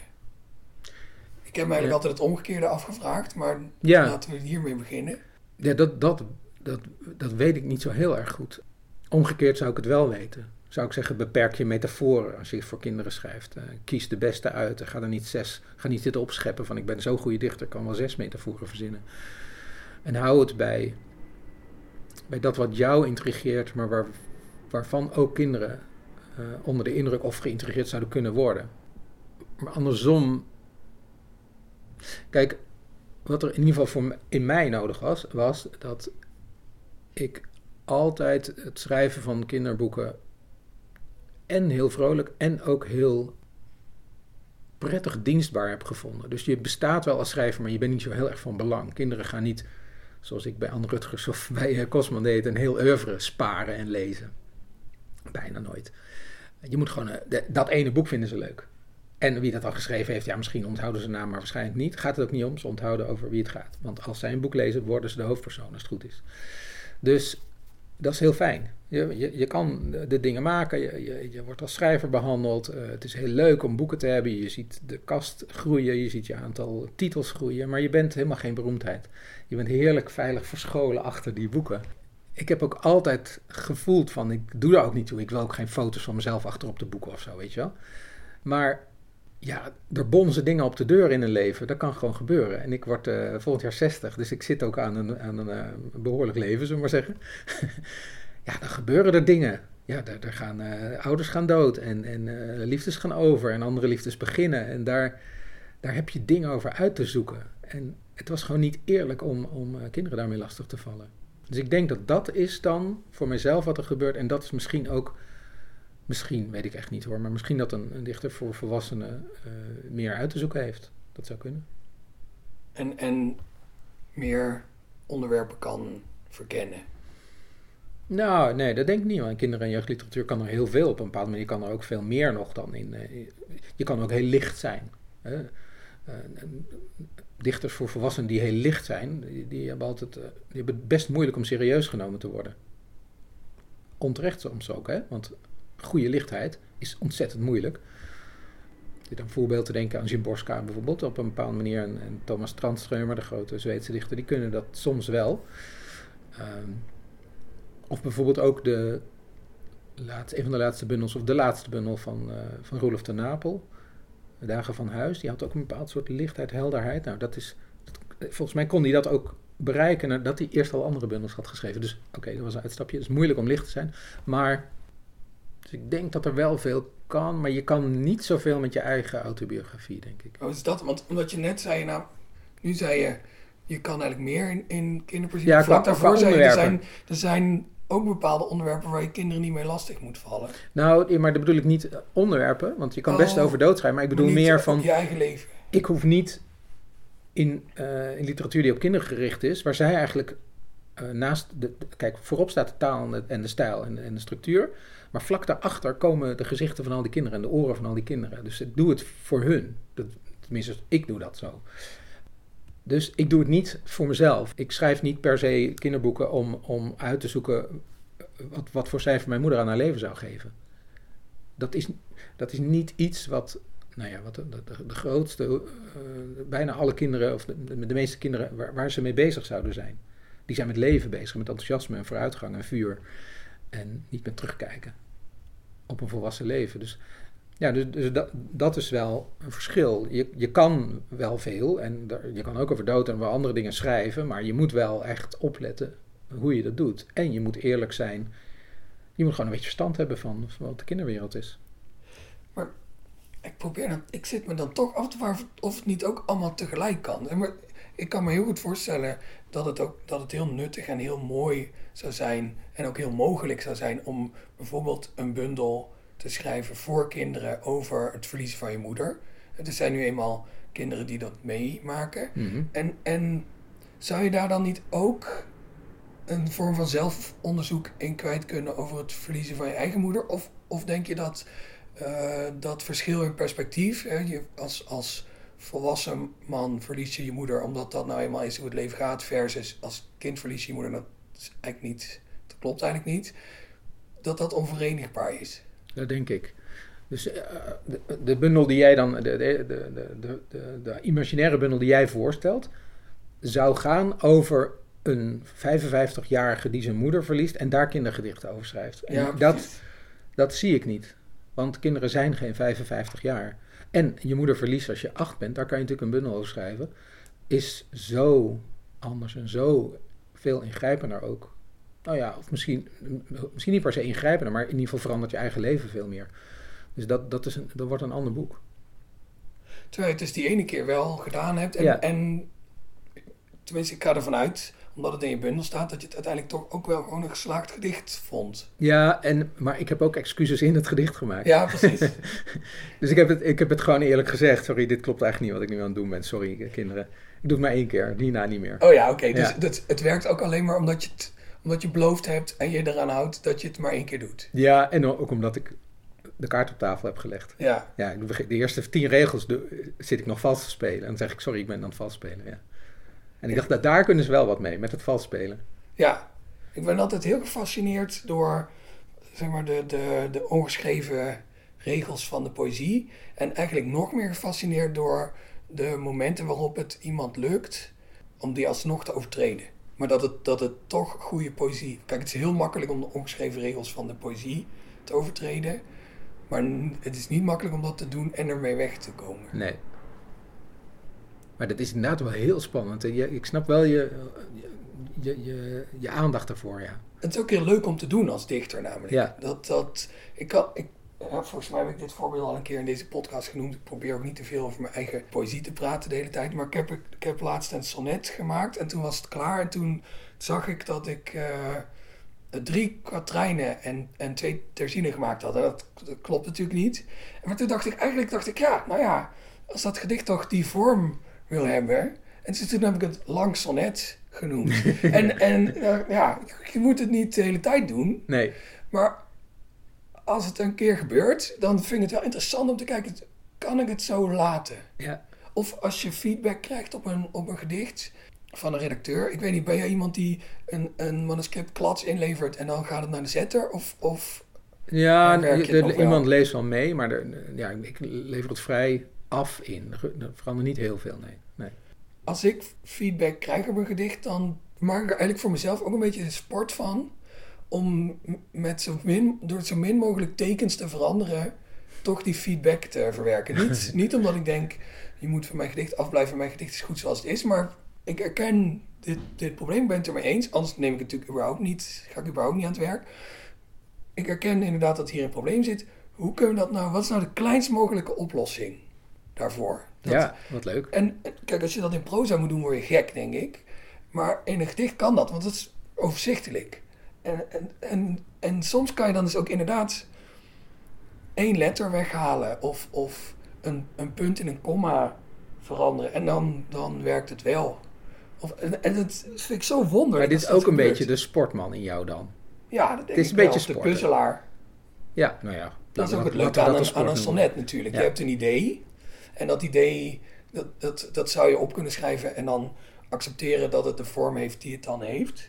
Ik heb me eigenlijk ja. altijd het omgekeerde afgevraagd, maar ja. laten we hiermee beginnen. Ja, dat, dat, dat, dat weet ik niet zo heel erg goed. Omgekeerd zou ik het wel weten. Zou ik zeggen, beperk je metaforen als je voor kinderen schrijft. Uh, kies de beste uit en ga er niet zes, ga niet zitten opscheppen van ik ben zo'n goede dichter, ik kan wel zes metaforen verzinnen. En hou het bij, bij dat wat jou intrigeert, maar waar, waarvan ook kinderen uh, onder de indruk of geïntrigeerd zouden kunnen worden. Maar andersom, kijk, wat er in ieder geval voor in mij nodig was, was dat ik altijd het schrijven van kinderboeken en heel vrolijk en ook heel prettig dienstbaar heb gevonden. Dus je bestaat wel als schrijver, maar je bent niet zo heel erg van belang. Kinderen gaan niet, zoals ik bij Anne Rutgers of bij Kosman deed, een heel oeuvre sparen en lezen. Bijna nooit. Je moet gewoon, de, dat ene boek vinden ze leuk. En wie dat al geschreven heeft, ja, misschien onthouden ze naam, maar waarschijnlijk niet. Gaat het ook niet om, ze onthouden over wie het gaat. Want als zij een boek lezen, worden ze de hoofdpersoon, als het goed is. Dus dat is heel fijn. Je, je, je kan de, de dingen maken, je, je, je wordt als schrijver behandeld. Uh, het is heel leuk om boeken te hebben. Je ziet de kast groeien, je ziet je aantal titels groeien. Maar je bent helemaal geen beroemdheid. Je bent heerlijk veilig verscholen achter die boeken. Ik heb ook altijd gevoeld van, ik doe daar ook niet toe. Ik wil ook geen foto's van mezelf achter op de boeken of zo, weet je wel. Maar ja, er bonzen dingen op de deur in een leven. Dat kan gewoon gebeuren. En ik word uh, volgend jaar zestig, dus ik zit ook aan een, aan een uh, behoorlijk leven, zullen we maar zeggen. Ja, dan gebeuren er dingen. Ja, daar, daar gaan uh, ouders gaan dood en, en uh, liefdes gaan over en andere liefdes beginnen. En daar, daar heb je dingen over uit te zoeken. En het was gewoon niet eerlijk om, om uh, kinderen daarmee lastig te vallen. Dus ik denk dat dat is dan voor mijzelf wat er gebeurt. En dat is misschien ook, misschien weet ik echt niet hoor, maar misschien dat een, een dichter voor volwassenen uh, meer uit te zoeken heeft. Dat zou kunnen. En, en meer onderwerpen kan verkennen. Nou, nee, dat denk ik niet. Want in kinder- en jeugdliteratuur kan er heel veel op een bepaalde manier. Je kan er ook veel meer nog dan in. Uh, je kan ook heel licht zijn. Hè? Uh, dichters voor volwassenen die heel licht zijn, die, die hebben altijd, uh, die hebben het best moeilijk om serieus genomen te worden. Onterecht soms ook, hè? Want goede lichtheid is ontzettend moeilijk. Je zit een voorbeeld te denken aan Szymborska bijvoorbeeld, op een bepaalde manier. En, en Thomas Tranströmer, de grote Zweedse dichter, die kunnen dat soms wel. Um, of bijvoorbeeld ook de laatste, een van de laatste bundels, of de laatste bundel van, uh, van Roelof de Napel. De Dagen van Huis, die had ook een bepaald soort lichtheid, helderheid. Nou, dat is, dat, volgens mij kon hij dat ook bereiken nadat hij eerst al andere bundels had geschreven. Dus oké, okay, dat was een uitstapje. Het is moeilijk om licht te zijn. Maar dus ik denk dat er wel veel kan, maar je kan niet zoveel met je eigen autobiografie, denk ik. Oh, is dat? Want omdat je net zei, nou, nu zei je, je kan eigenlijk meer in, in kinderpoëzie. Ja, vlak daarvoor zei je, er zijn, er zijn ook bepaalde onderwerpen waar je kinderen niet mee lastig moet vallen. Nou, maar dat bedoel ik niet onderwerpen, want je kan oh, best over dood schrijven, maar ik bedoel maar meer van je eigen leven. Ik hoef niet in, uh, in literatuur die op kinderen gericht is, waar zij eigenlijk uh, naast de, de, kijk, voorop staat de taal en de, en de stijl en, en de structuur, maar vlak daarachter komen de gezichten van al die kinderen en de oren van al die kinderen. Dus ik doe het voor hun. Dat, tenminste, ik doe dat zo. Dus ik doe het niet voor mezelf. Ik schrijf niet per se kinderboeken om, om uit te zoeken wat, wat voor cijfer mijn moeder aan haar leven zou geven. Dat is, dat is niet iets wat, nou ja, wat de, de, de grootste, uh, bijna alle kinderen, of de, de meeste kinderen, waar, waar ze mee bezig zouden zijn. Die zijn met leven bezig, met enthousiasme en vooruitgang en vuur. En niet met terugkijken op een volwassen leven. Dus ja, dus, dus dat, dat is wel een verschil. Je, je kan wel veel en daar, je kan ook over dood en wel andere dingen schrijven, maar je moet wel echt opletten hoe je dat doet. En je moet eerlijk zijn. Je moet gewoon een beetje verstand hebben van, van wat de kinderwereld is. Maar ik probeer dan, ik zit me dan toch af te vragen of het niet ook allemaal tegelijk kan. En maar ik kan me heel goed voorstellen dat het ook dat het heel nuttig en heel mooi zou zijn en ook heel mogelijk zou zijn om bijvoorbeeld een bundel te schrijven voor kinderen over het verliezen van je moeder. Er zijn nu eenmaal kinderen die dat meemaken. Mm-hmm. En, en zou je daar dan niet ook een vorm van zelfonderzoek in kwijt kunnen over het verliezen van je eigen moeder? Of, of denk je dat uh, dat verschil in perspectief, hè, je als, als volwassen man verlies je je moeder omdat dat nou eenmaal is hoe het leven gaat, versus als kind verlies je je moeder, dat is eigenlijk niet, dat klopt eigenlijk niet, dat dat onverenigbaar is? Dat denk ik. Dus uh, de, de bundel die jij dan, de, de, de, de, de, de imaginaire bundel die jij voorstelt, zou gaan over een vijfenvijftigjarige die zijn moeder verliest en daar kindergedichten over schrijft. En Ja, dat, dat zie ik niet. Want kinderen zijn geen vijfenvijftig jaar. En je moeder verliest als je acht bent, daar kan je natuurlijk een bundel over schrijven, is zo anders en zo veel ingrijpender ook. Nou ja, of misschien, misschien niet per se ingrijpender, maar in ieder geval verandert je eigen leven veel meer. Dus dat, dat, is een, dat wordt een ander boek. Terwijl je het dus die ene keer wel gedaan hebt. En, Ja. en tenminste, ik ga ervan uit, omdat het in je bundel staat, dat je het uiteindelijk toch ook wel gewoon een geslaagd gedicht vond. Ja, en, maar ik heb ook excuses in het gedicht gemaakt. Ja, precies. Dus ik heb, het, ik heb het gewoon eerlijk gezegd. Sorry, dit klopt eigenlijk niet wat ik nu aan het doen ben. Sorry, kinderen. Ik doe het maar één keer, hierna niet meer. Oh ja, oké. Okay. Dus Ja. dat, het werkt ook alleen maar omdat je, het, omdat je beloofd hebt en je eraan houdt dat je het maar één keer doet. Ja, en ook omdat ik de kaart op tafel heb gelegd. Ja. Ja, de eerste tien regels de, zit ik nog vals te spelen. En dan zeg ik, sorry, ik ben aan het vals spelen. Ja. En ik dacht, dat daar kunnen ze wel wat mee, met het vals spelen. Ja. Ik ben altijd heel gefascineerd door, zeg maar, de, de, de ongeschreven regels van de poëzie. En eigenlijk nog meer gefascineerd door de momenten waarop het iemand lukt om die alsnog te overtreden. Maar dat het, dat het toch goede poëzie... Kijk, het is heel makkelijk om de ongeschreven regels van de poëzie te overtreden. Maar het is niet makkelijk om dat te doen en ermee weg te komen. Nee. Maar dat is inderdaad wel heel spannend. Je, ik snap wel je, je, je, je aandacht ervoor, ja. Het is ook heel leuk om te doen als dichter namelijk. Ja. Dat, dat, ik kan, ik, ja, volgens mij heb ik dit voorbeeld al een keer in deze podcast genoemd. Ik probeer ook niet te veel over mijn eigen poëzie te praten de hele tijd. Maar ik heb, ik heb laatst een sonnet gemaakt en toen was het klaar. En toen zag ik dat ik uh, drie kwatrijnen en, en twee terzinen gemaakt had. En dat, dat klopt natuurlijk niet. Maar toen dacht ik, eigenlijk dacht ik, ja, nou ja, als dat gedicht toch die vorm wil hebben. En dus toen heb ik het lang sonnet genoemd. en en uh, ja, je moet het niet de hele tijd doen. Nee. Maar als het een keer gebeurt, dan vind ik het wel interessant om te kijken, kan ik het zo laten? Ja. Of als je feedback krijgt op een, op een gedicht van een redacteur. Ik weet niet, ben jij iemand die een, een manuscript klats inlevert en dan gaat het naar de zetter? Of, of ja, werk je de, het de, ook wel? iemand leest wel mee, maar de, ja, ik lever het vrij af in. Er verandert niet heel veel, nee. nee. Als ik feedback krijg op een gedicht, dan maak ik er eigenlijk voor mezelf ook een beetje de sport van om met zo min, door zo min mogelijk tekens te veranderen, toch die feedback te verwerken. Niet, niet omdat ik denk, je moet van mijn gedicht afblijven, mijn gedicht is goed zoals het is, maar ik erken dit, dit probleem, ben het er mee eens, anders neem ik het natuurlijk überhaupt niet, ga ik überhaupt niet aan het werk. Ik erken inderdaad dat hier een probleem zit. Hoe kunnen we dat nou, wat is nou de kleinst mogelijke oplossing daarvoor? Dat, ja, wat leuk. En kijk, als je dat in proza moet doen, word je gek, denk ik. Maar in een gedicht kan dat, want het is overzichtelijk. En, en, en, en soms kan je dan dus ook inderdaad één letter weghalen of, of een, een punt in een komma veranderen. En dan, dan werkt het wel. Of, en, en dat vind ik zo wonderlijk. Maar dit is als dat ook een gebeurt. beetje de sportman in jou dan. Ja, dat denk Het is ik een wel. beetje Of de sporten. puzzelaar. Ja, nou ja. Dat is ook het laten leuke we aan, dat een, sport aan een noemen. sonnet natuurlijk. Ja. Je hebt een idee. En dat idee, dat, dat, dat zou je op kunnen schrijven en dan accepteren dat het de vorm heeft die het dan heeft.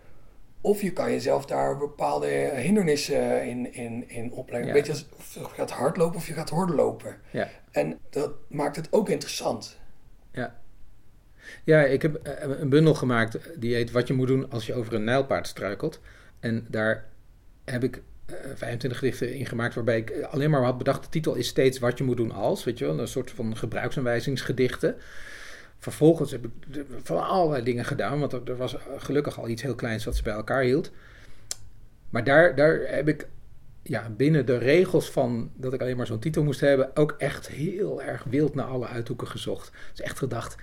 Of je kan jezelf daar bepaalde hindernissen in, in, in opleggen. Ja. Weet je, of je gaat hardlopen of je gaat hordenlopen. Ja. En dat maakt het ook interessant. Ja. Ja, ik heb uh, een bundel gemaakt die heet Wat je moet doen als je over een nijlpaard struikelt. En daar heb ik uh, vijfentwintig gedichten in gemaakt waarbij ik alleen maar had bedacht, de titel is steeds Wat je moet doen als, weet je wel, een soort van gebruiksaanwijzingsgedichten. Vervolgens heb ik van allerlei dingen gedaan, want er was gelukkig al iets heel kleins wat ze bij elkaar hield. Maar daar, daar heb ik ja, binnen de regels van dat ik alleen maar zo'n titel moest hebben, ook echt heel erg wild naar alle uithoeken gezocht. Dus echt gedacht,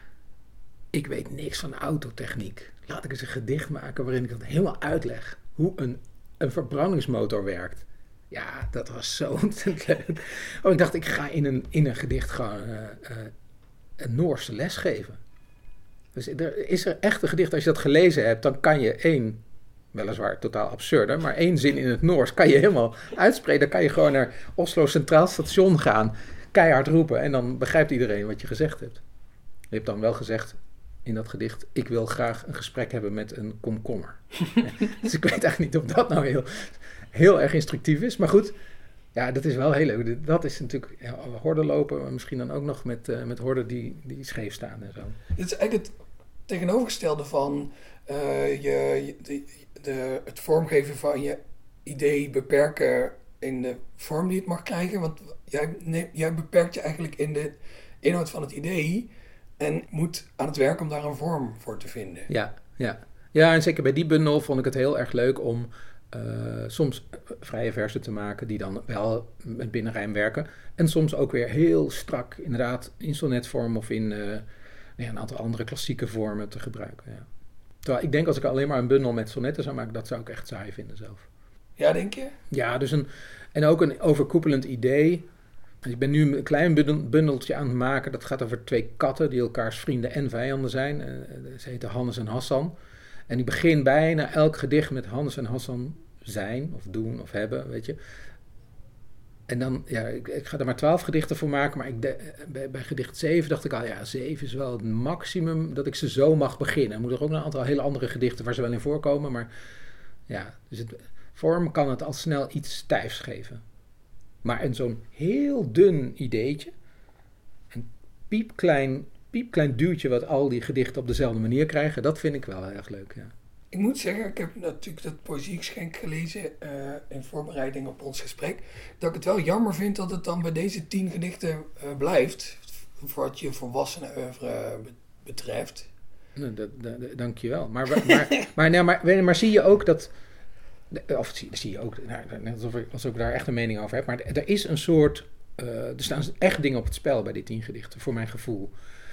ik weet niks van autotechniek. Laat ik eens een gedicht maken waarin ik dat helemaal uitleg. Hoe een, een verbrandingsmotor werkt. Ja, dat was zo ontzettend leuk. Oh, ik dacht, ik ga in een, in een gedicht gewoon uh, uh, een Noorse les geven. Dus er is er echt een gedicht, als je dat gelezen hebt, dan kan je één, weliswaar totaal absurde, maar één zin in het Noors kan je helemaal uitspreken. Dan kan je gewoon naar Oslo Centraal Station gaan, keihard roepen en dan begrijpt iedereen wat je gezegd hebt. Je hebt dan wel gezegd in dat gedicht, ik wil graag een gesprek hebben met een komkommer. Dus ik weet eigenlijk niet of dat nou heel, heel erg instructief is, maar goed. Ja, dat is wel heel leuk. Dat is natuurlijk ja, horden lopen, maar misschien dan ook nog met, uh, met horden die, die scheef staan en zo. Het is eigenlijk het tegenovergestelde van uh, je, de, de, het vormgeven van je idee beperken in de vorm die het mag krijgen. Want jij, nee, jij beperkt je eigenlijk in de inhoud van het idee en moet aan het werk om daar een vorm voor te vinden. Ja, ja. ja en zeker bij die bundel vond ik het heel erg leuk om Uh, soms vrije versen te maken die dan wel met binnenrijm werken. En soms ook weer heel strak, inderdaad, in sonnetvorm of in uh, ja, een aantal andere klassieke vormen te gebruiken. Ja. Terwijl ik denk als ik alleen maar een bundel met sonnetten zou maken, dat zou ik echt saai vinden zelf. Ja, denk je? Ja, dus een, en ook een overkoepelend idee. Ik ben nu een klein bundeltje aan het maken. Dat gaat over twee katten die elkaars vrienden en vijanden zijn. Uh, ze heten Hannes en Hassan. En ik begin bijna elk gedicht met Hannes en Hassan zijn, of doen, of hebben, weet je. En dan, ja, ik, ik ga er maar twaalf gedichten voor maken, maar ik de, bij, bij gedicht zeven dacht ik al, ja, zeven is wel het maximum dat ik ze zo mag beginnen. Er moeten er ook nog een aantal hele andere gedichten waar ze wel in voorkomen, maar ja, dus het, vorm kan het al snel iets stijfs geven. Maar een zo'n heel dun ideetje, een piepklein, piepklein duwtje wat al die gedichten op dezelfde manier krijgen, dat vind ik wel heel erg leuk, ja. Ik moet zeggen, ik heb natuurlijk dat poëziegeschenk gelezen uh, in voorbereiding op ons gesprek. Dat ik het wel jammer vind dat het dan bij deze tien gedichten uh, blijft. Voor wat je volwassenen oeuvre betreft. Nou, dat, dat, dat, dank je wel. Maar, maar, maar, maar, nou, maar, maar zie je ook dat... Of zie, zie je ook, nou, net alsof ik, alsof ik daar echt een mening over heb. Maar er is een soort... Uh, er staan echt dingen op het spel bij die tien gedichten, voor mijn gevoel.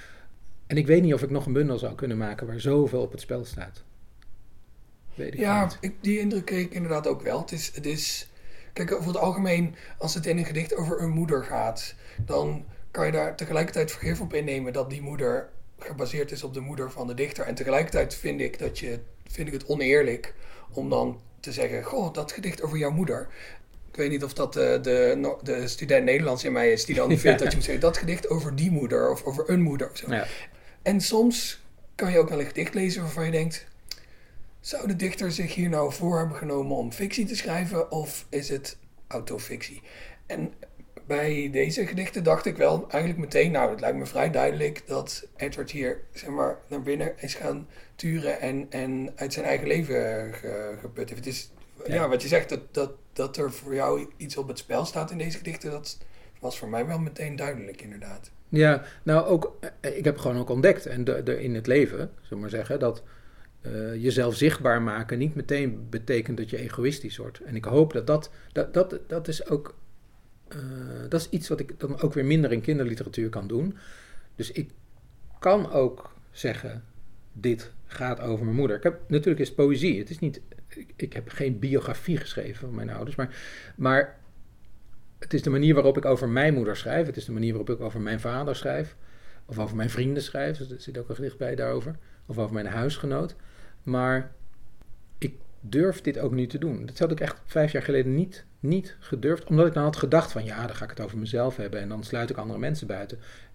En ik weet niet of ik nog een bundel zou kunnen maken waar zoveel op het spel staat. Weet ik ja, niet. Ik, die indruk kreeg ik inderdaad ook wel. Het is, het is, kijk, over het algemeen, als het in een gedicht over een moeder gaat, dan kan je daar tegelijkertijd vergif op innemen dat die moeder gebaseerd is op de moeder van de dichter. En tegelijkertijd vind ik, dat je, vind ik het oneerlijk om dan te zeggen, goh, dat gedicht over jouw moeder. Ik weet niet of dat de, de, de student Nederlands in mij is die dan vindt ja. dat je moet zeggen, dat gedicht over die moeder of over een moeder of zo. Ja. En soms kan je ook wel een gedicht lezen waarvan je denkt, zou de dichter zich hier nou voor hebben genomen om fictie te schrijven of is het autofictie? En bij deze gedichten dacht ik wel eigenlijk meteen, nou, het lijkt me vrij duidelijk dat Edward hier, zeg maar, naar binnen is gaan turen en, en uit zijn eigen leven ge, geput heeft. Het is, ja. ja, wat je zegt, dat, dat, dat er voor jou iets op het spel staat in deze gedichten, dat was voor mij wel meteen duidelijk, inderdaad. Ja, nou ook, ik heb gewoon ook ontdekt en de, de, in het leven, zullen we maar zeggen, dat Uh, jezelf zichtbaar maken niet meteen betekent dat je egoïstisch wordt. En ik hoop dat dat, dat, dat, dat is ook, uh, dat is iets wat ik dan ook weer minder in kinderliteratuur kan doen. Dus ik kan ook zeggen, dit gaat over mijn moeder. Ik heb, natuurlijk is het poëzie, het is niet, ik, ik heb geen biografie geschreven van mijn ouders, maar, maar het is de manier waarop ik over mijn moeder schrijf, het is de manier waarop ik over mijn vader schrijf, of over mijn vrienden schrijf, dus er zit ook een gedicht bij daarover, of over mijn huisgenoot. Maar ik durf dit ook nu te doen. Dat had ik echt vijf jaar geleden niet, niet gedurfd. Omdat ik dan had gedacht van ja, dan ga ik het over mezelf hebben. En dan sluit ik andere mensen buiten.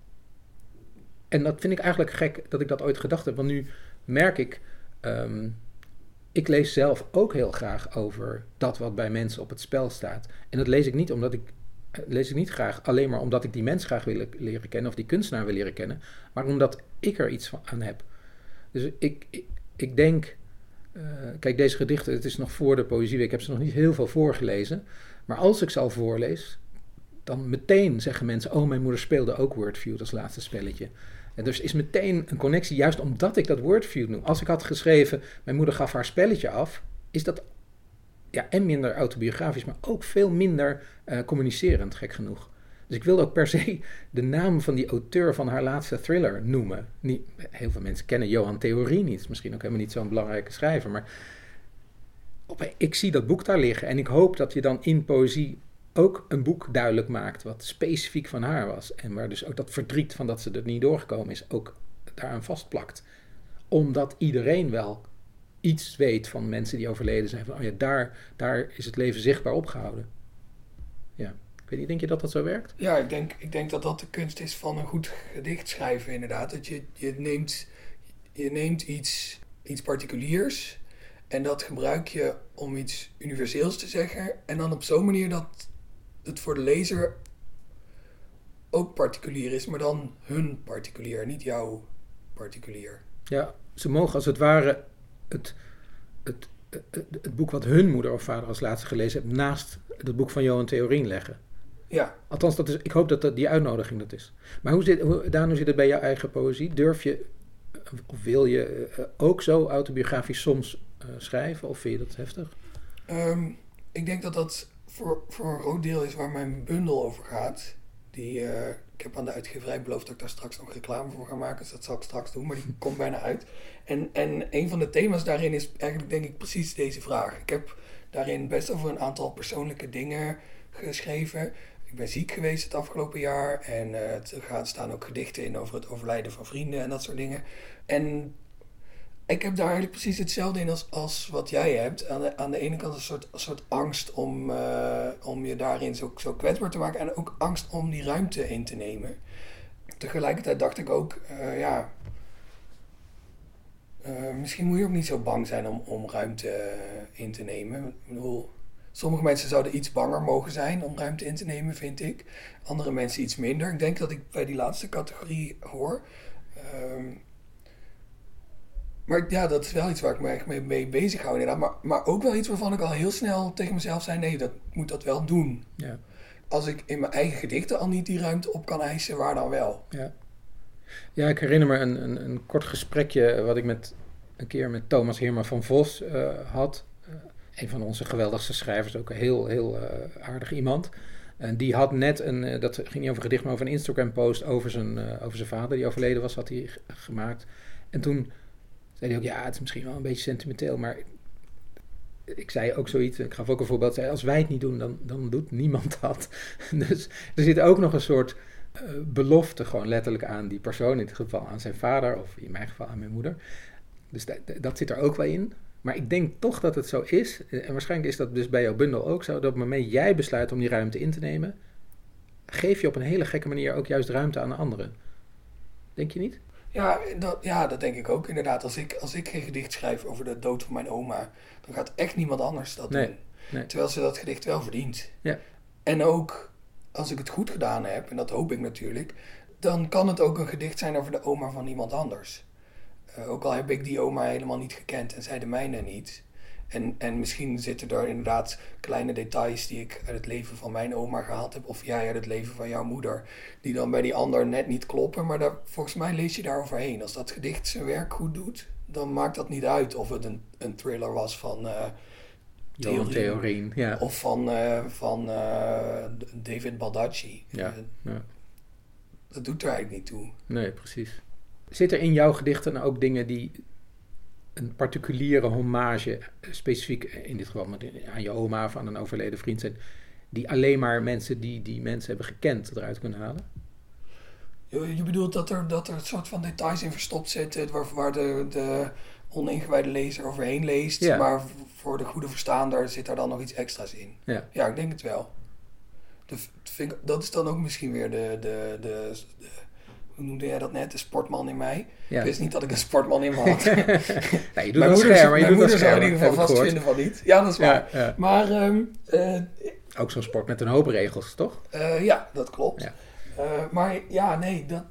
En dat vind ik eigenlijk gek dat ik dat ooit gedacht heb. Want nu merk ik, um, ik lees zelf ook heel graag over dat wat bij mensen op het spel staat. En dat lees ik niet omdat ik, lees ik niet graag alleen maar omdat ik die mens graag wil leren kennen. Of die kunstenaar wil leren kennen. Maar omdat ik er iets van aan heb. Dus ik, ik, ik denk, uh, kijk, deze gedichten, het is nog voor de Poëzieweek, ik heb ze nog niet heel veel voorgelezen, maar als ik ze al voorlees, dan meteen zeggen mensen, oh, mijn moeder speelde ook Wordfeud als laatste spelletje. En dus is meteen een connectie, juist omdat ik dat Wordfeud noem. Als ik had geschreven, mijn moeder gaf haar spelletje af, is dat, ja, en minder autobiografisch, maar ook veel minder uh, communicerend, gek genoeg. Dus ik wilde ook per se de naam van die auteur van haar laatste thriller noemen. Niet, heel veel mensen kennen Johan Theorie niet. Misschien ook helemaal niet zo'n belangrijke schrijver. Maar op, ik zie dat boek daar liggen. En ik hoop dat je dan in poëzie ook een boek duidelijk maakt wat specifiek van haar was. En waar dus ook dat verdriet van dat ze er niet doorgekomen is ook daaraan vastplakt. Omdat iedereen wel iets weet van mensen die overleden zijn. Van, oh ja, daar, daar is het leven zichtbaar opgehouden. Ja. Ik weet niet, denk je dat dat zo werkt? Ja, ik denk, ik denk dat dat de kunst is van een goed gedicht schrijven inderdaad. Dat je, je neemt, je neemt iets, iets particuliers en dat gebruik je om iets universeels te zeggen. En dan op zo'n manier dat het voor de lezer ook particulier is, maar dan hun particulier, niet jouw particulier. Ja, ze mogen als het ware het, het, het, het boek wat hun moeder of vader als laatste gelezen heeft naast het boek van Johan Theorien leggen. Ja. Althans, dat is, ik hoop dat, dat die uitnodiging dat is. Maar hoe zit, hoe, Daan, hoe zit het bij jouw eigen poëzie? Durf je, of wil je uh, ook zo autobiografisch soms uh, schrijven? Of vind je dat heftig? Um, ik denk dat dat voor, voor een groot deel is waar mijn bundel over gaat. Die, uh, ik heb aan de uitgeverij beloofd dat ik daar straks nog reclame voor ga maken. Dus dat zal ik straks doen, maar die komt bijna uit. En, en een van de thema's daarin is eigenlijk denk ik precies deze vraag. Ik heb daarin best over een aantal persoonlijke dingen geschreven. Ik ben ziek geweest het afgelopen jaar en uh, er gaan staan ook gedichten in over het overlijden van vrienden en dat soort dingen. En ik heb daar eigenlijk precies hetzelfde in als, als wat jij hebt. Aan de, aan de ene kant een soort, een soort angst om, uh, om je daarin zo, zo kwetsbaar te maken en ook angst om die ruimte in te nemen. Tegelijkertijd dacht ik ook, uh, ja, uh, misschien moet je ook niet zo bang zijn om, om ruimte uh, in te nemen. Ik bedoel, sommige mensen zouden iets banger mogen zijn om ruimte in te nemen, vind ik. Andere mensen iets minder. Ik denk dat ik bij die laatste categorie hoor. Um, maar ja, dat is wel iets waar ik me echt mee, mee bezig hou inderdaad. Maar, maar ook wel iets waarvan ik al heel snel tegen mezelf zei, nee, dat moet dat wel doen. Ja. Als ik in mijn eigen gedichten al niet die ruimte op kan eisen, waar dan wel? Ja, ja ik herinner me een, een, een kort gesprekje wat ik met een keer met Thomas Heerma van Vos uh, had. Uh, een van onze geweldigste schrijvers, ook een heel, heel uh, aardig iemand. En die had net, een, uh, dat ging niet over gedicht, maar over een Instagram post over zijn, uh, over zijn vader die overleden was, had hij g- gemaakt. En toen zei hij ook, ja, het is misschien wel een beetje sentimenteel, maar ik zei ook zoiets, ik gaf ook een voorbeeld, zei, als wij het niet doen, dan, dan doet niemand dat. Dus er zit ook nog een soort uh, belofte gewoon letterlijk aan die persoon, in dit geval aan zijn vader, of in mijn geval aan mijn moeder. Dus dat, dat zit er ook wel in. Maar ik denk toch dat het zo is, en waarschijnlijk is dat dus bij jouw bundel ook zo, dat op het moment jij besluit om die ruimte in te nemen, geef je op een hele gekke manier ook juist ruimte aan de anderen. Denk je niet? Ja, dat, ja, dat denk ik ook inderdaad. Als ik, als ik geen gedicht schrijf over de dood van mijn oma, dan gaat echt niemand anders dat nee, doen. Nee. Terwijl ze dat gedicht wel verdient. Ja. En ook, als ik het goed gedaan heb, en dat hoop ik natuurlijk, dan kan het ook een gedicht zijn over de oma van iemand anders. Uh, ook al heb ik die oma helemaal niet gekend en zij de mijne niet. En, en misschien zitten er inderdaad kleine details die ik uit het leven van mijn oma gehad heb, of jij uit het leven van jouw moeder, die dan bij die ander net niet kloppen, maar daar, volgens mij lees je daar overheen. Als dat gedicht zijn werk goed doet, dan maakt dat niet uit of het een, een thriller was van uh, Johan Theorien, ja. Of van, uh, van uh, David Baldacci. Ja, uh, ja. Dat doet er eigenlijk niet toe. Nee, precies. Zit er in jouw gedichten ook dingen die een particuliere hommage, specifiek in dit geval aan je oma of aan een overleden vriend zijn, die alleen maar mensen die die mensen hebben gekend eruit kunnen halen? Je, je bedoelt dat er, dat er een soort van details in verstopt zitten waar, waar de, de oningewijde lezer overheen leest, ja. Maar voor de goede verstaander zit daar dan nog iets extra's in. Ja, ja ik denk het wel. De, vind ik, dat is dan ook misschien weer de, de, de, de hoe noemde jij dat net? De sportman in mij. Ja. Ik wist niet dat ik een sportman in me had. Nee, je doet dat scherm, maar je doet dat scherm. Zou in ieder geval vast vinden van niet. Ja, dat is waar. Ja, ja. Maar um, uh, ook zo'n sport met een hoop regels, toch? Uh, ja, dat klopt. Ja. Uh, maar ja, nee, dat,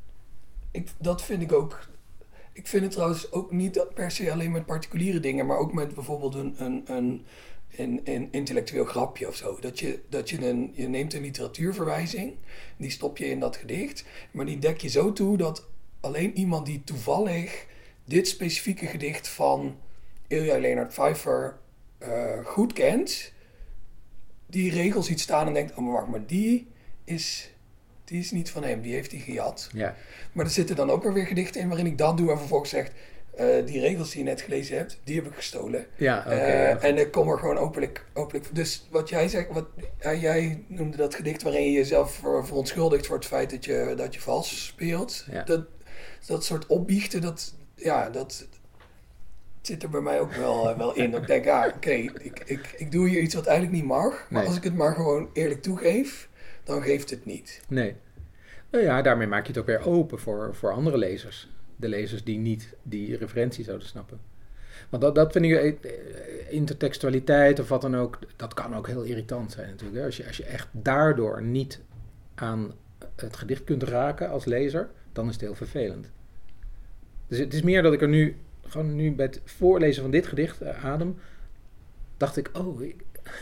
ik, dat vind ik ook. Ik vind het trouwens ook niet dat per se alleen met particuliere dingen, maar ook met bijvoorbeeld een, een, een, een, een intellectueel grapje of zo. Dat je, dat je, een, je neemt een literatuurverwijzing, die stop je in dat gedicht, maar die dek je zo toe dat alleen iemand die toevallig dit specifieke gedicht van Ilja Leonard Pfeiffer uh, goed kent, die regel ziet staan en denkt, oh maar wacht, maar die is, die is niet van hem, die heeft hij gejat. Ja. Maar er zitten dan ook weer weer gedichten in waarin ik dat doe en vervolgens zegt, uh, die regels die je net gelezen hebt, die heb ik gestolen. Ja, okay, uh, ja, en ik kom er gewoon openlijk, openlijk. Dus wat jij zegt, wat, uh, jij noemde dat gedicht waarin je jezelf ver, verontschuldigt voor het feit dat je, dat je vals speelt. Ja. Dat, dat soort opbiechten, dat, ja, dat zit er bij mij ook wel, uh, wel in. Dat ik denk, ah, oké, okay, ik, ik, ik doe hier iets wat eigenlijk niet mag. Maar nee. als ik het maar gewoon eerlijk toegeef, dan geeft het niet. Nee. Nou ja, daarmee maak je het ook weer open voor, voor andere lezers. De lezers die niet die referentie zouden snappen. Want dat, dat vind ik, intertextualiteit of wat dan ook, dat kan ook heel irritant zijn natuurlijk. Hè? Als je, als je echt daardoor niet aan het gedicht kunt raken als lezer, dan is het heel vervelend. Dus het is meer dat ik er nu, gewoon nu bij het voorlezen van dit gedicht, uh, Adem, dacht ik, oh, ik,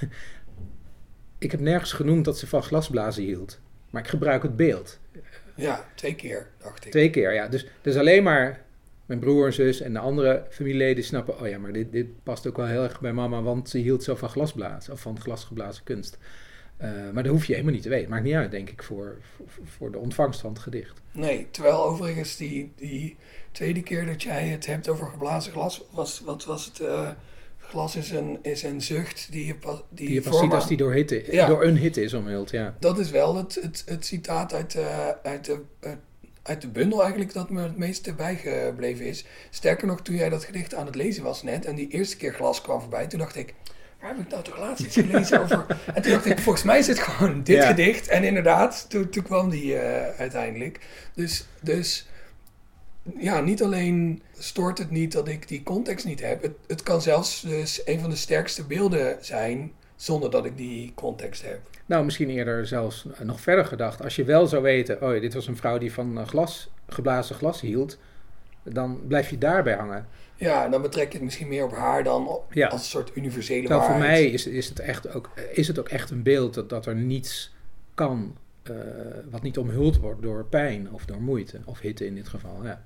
ik heb nergens genoemd dat ze van glasblazen hield. Maar ik gebruik het beeld. Ja, twee keer, dacht ik. Twee keer, ja. Dus, dus alleen maar mijn broer en zus en de andere familieleden snappen, oh ja, maar dit, dit past ook wel heel erg bij mama, want ze hield zo van glasblazen, of van glasgeblazen kunst. Uh, maar dat hoef je helemaal niet te weten. Maakt niet uit, denk ik, voor, voor, voor de ontvangst van het gedicht. Nee, terwijl overigens die, die tweede keer dat jij het hebt over geblazen glas, was, wat was het? Uh, glas is een, is een zucht die je pas die, die je pas ziet als die door, hitte, ja. door een hitte is omhuld, ja. Dat is wel het, het, het citaat uit, uh, uit, de, uh, uit de bundel eigenlijk dat me het meeste bijgebleven is. Sterker nog, toen jij dat gedicht aan het lezen was net en die eerste keer glas kwam voorbij, toen dacht ik, waar heb ik nou toch laatst iets gelezen over? En toen dacht ik, volgens mij is het gewoon dit ja. gedicht. En inderdaad, toen, toen kwam die uh, uiteindelijk. Dus, dus ja, niet alleen stoort het niet dat ik die context niet heb. Het, het kan zelfs dus een van de sterkste beelden zijn zonder dat ik die context heb. Nou, misschien eerder zelfs nog verder gedacht. Als je wel zou weten, oh, dit was een vrouw die van glas, geblazen glas hield, dan blijf je daarbij hangen. Ja, dan betrek je het misschien meer op haar dan op, ja. als een soort universele nou, waarheid. Voor mij is, is, het echt ook, is het ook echt een beeld dat, dat er niets kan uh, wat niet omhuld wordt door pijn of door moeite, of hitte in dit geval, ja.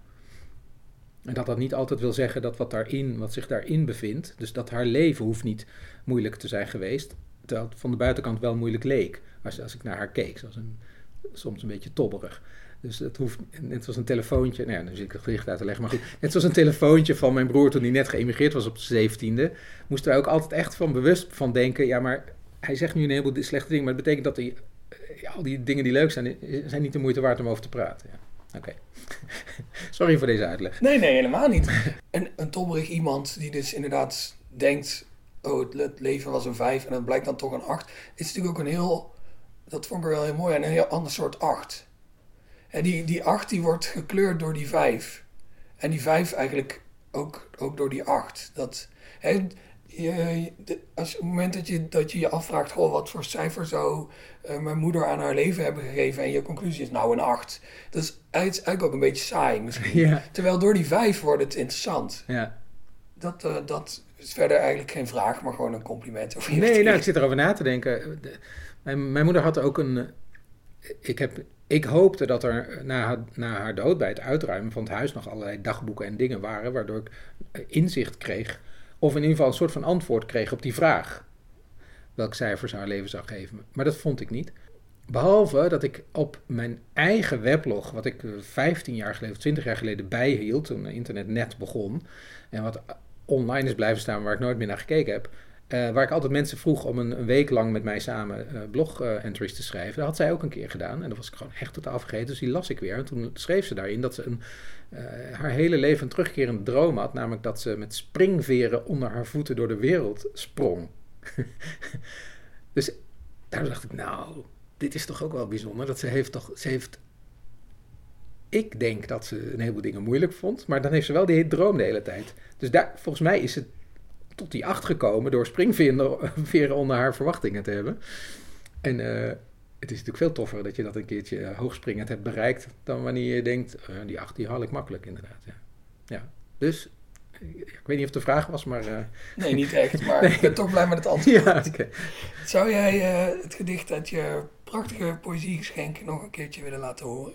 En dat dat niet altijd wil zeggen dat wat, daarin, wat zich daarin bevindt, dus dat haar leven hoeft niet moeilijk te zijn geweest, terwijl het van de buitenkant wel moeilijk leek, als, als ik naar haar keek, zoals een, soms een beetje tobberig. Dus het hoeft, net zoals een telefoontje, nou ja, nu zit ik het gedicht uit te leggen, maar goed, net zoals een telefoontje van mijn broer toen hij net geëmigreerd was op zijn zeventiende, moesten wij ook altijd echt van bewust van denken, ja, maar hij zegt nu een heleboel slechte dingen, maar het betekent dat hij, ja, al die dingen die leuk zijn, zijn niet de moeite waard om over te praten. Ja. Oké. Okay. Sorry voor deze uitleg. Nee, nee, helemaal niet. En een tobberig iemand die dus inderdaad denkt, oh, het leven was een vijf en het blijkt dan toch een acht, is natuurlijk ook een heel, dat vond ik er wel heel mooi, en een heel ander soort acht. En die, die acht die wordt gekleurd door die vijf. En die vijf eigenlijk ook, ook door die acht. Dat, hè, je, de, als, op het moment dat je, dat je je afvraagt, goh, wat voor cijfer zou uh, mijn moeder aan haar leven hebben gegeven, en je conclusie is nou een acht. Dat is eigenlijk ook een beetje saai misschien. Ja. Terwijl door die vijf wordt het interessant. Ja. Dat, uh, dat is verder eigenlijk geen vraag, maar gewoon een compliment. Of nee, nou, ik zit erover na te denken. De, mijn, mijn moeder had ook een... Ik heb... Ik hoopte dat er na haar, na haar dood bij het uitruimen van het huis nog allerlei dagboeken en dingen waren, waardoor ik inzicht kreeg, of in ieder geval een soort van antwoord kreeg op die vraag, welk cijfer ze haar leven zou geven. Maar dat vond ik niet. Behalve dat ik op mijn eigen weblog, wat ik vijftien jaar geleden of twintig jaar geleden bijhield, toen internet net begon, en wat online is blijven staan, waar ik nooit meer naar gekeken heb, Uh, waar ik altijd mensen vroeg om een, een week lang met mij samen uh, blog-entries uh, te schrijven. Dat had zij ook een keer gedaan. En dat was ik gewoon echt totaal vergeten. Dus die las ik weer. En toen schreef ze daarin dat ze een, uh, haar hele leven een terugkerende droom had. Namelijk dat ze met springveren onder haar voeten door de wereld sprong. Dus daardoor dacht ik, nou, dit is toch ook wel bijzonder. Dat ze heeft toch... Ze heeft, ik denk dat ze een heleboel dingen moeilijk vond. Maar dan heeft ze wel die droom de hele tijd. Dus daar, volgens mij is het tot die acht gekomen door springveren onder haar verwachtingen te hebben. En uh, het is natuurlijk veel toffer dat je dat een keertje uh, hoogspringend hebt bereikt dan wanneer je denkt, uh, die acht die haal ik makkelijk inderdaad. Ja. Ja. Dus, ik weet niet of de vraag was, maar... Uh... Nee, niet echt, maar nee. Ik ben toch blij met het antwoord. Ja, okay. Zou jij uh, het gedicht uit je prachtige poëziegeschenk nog een keertje willen laten horen?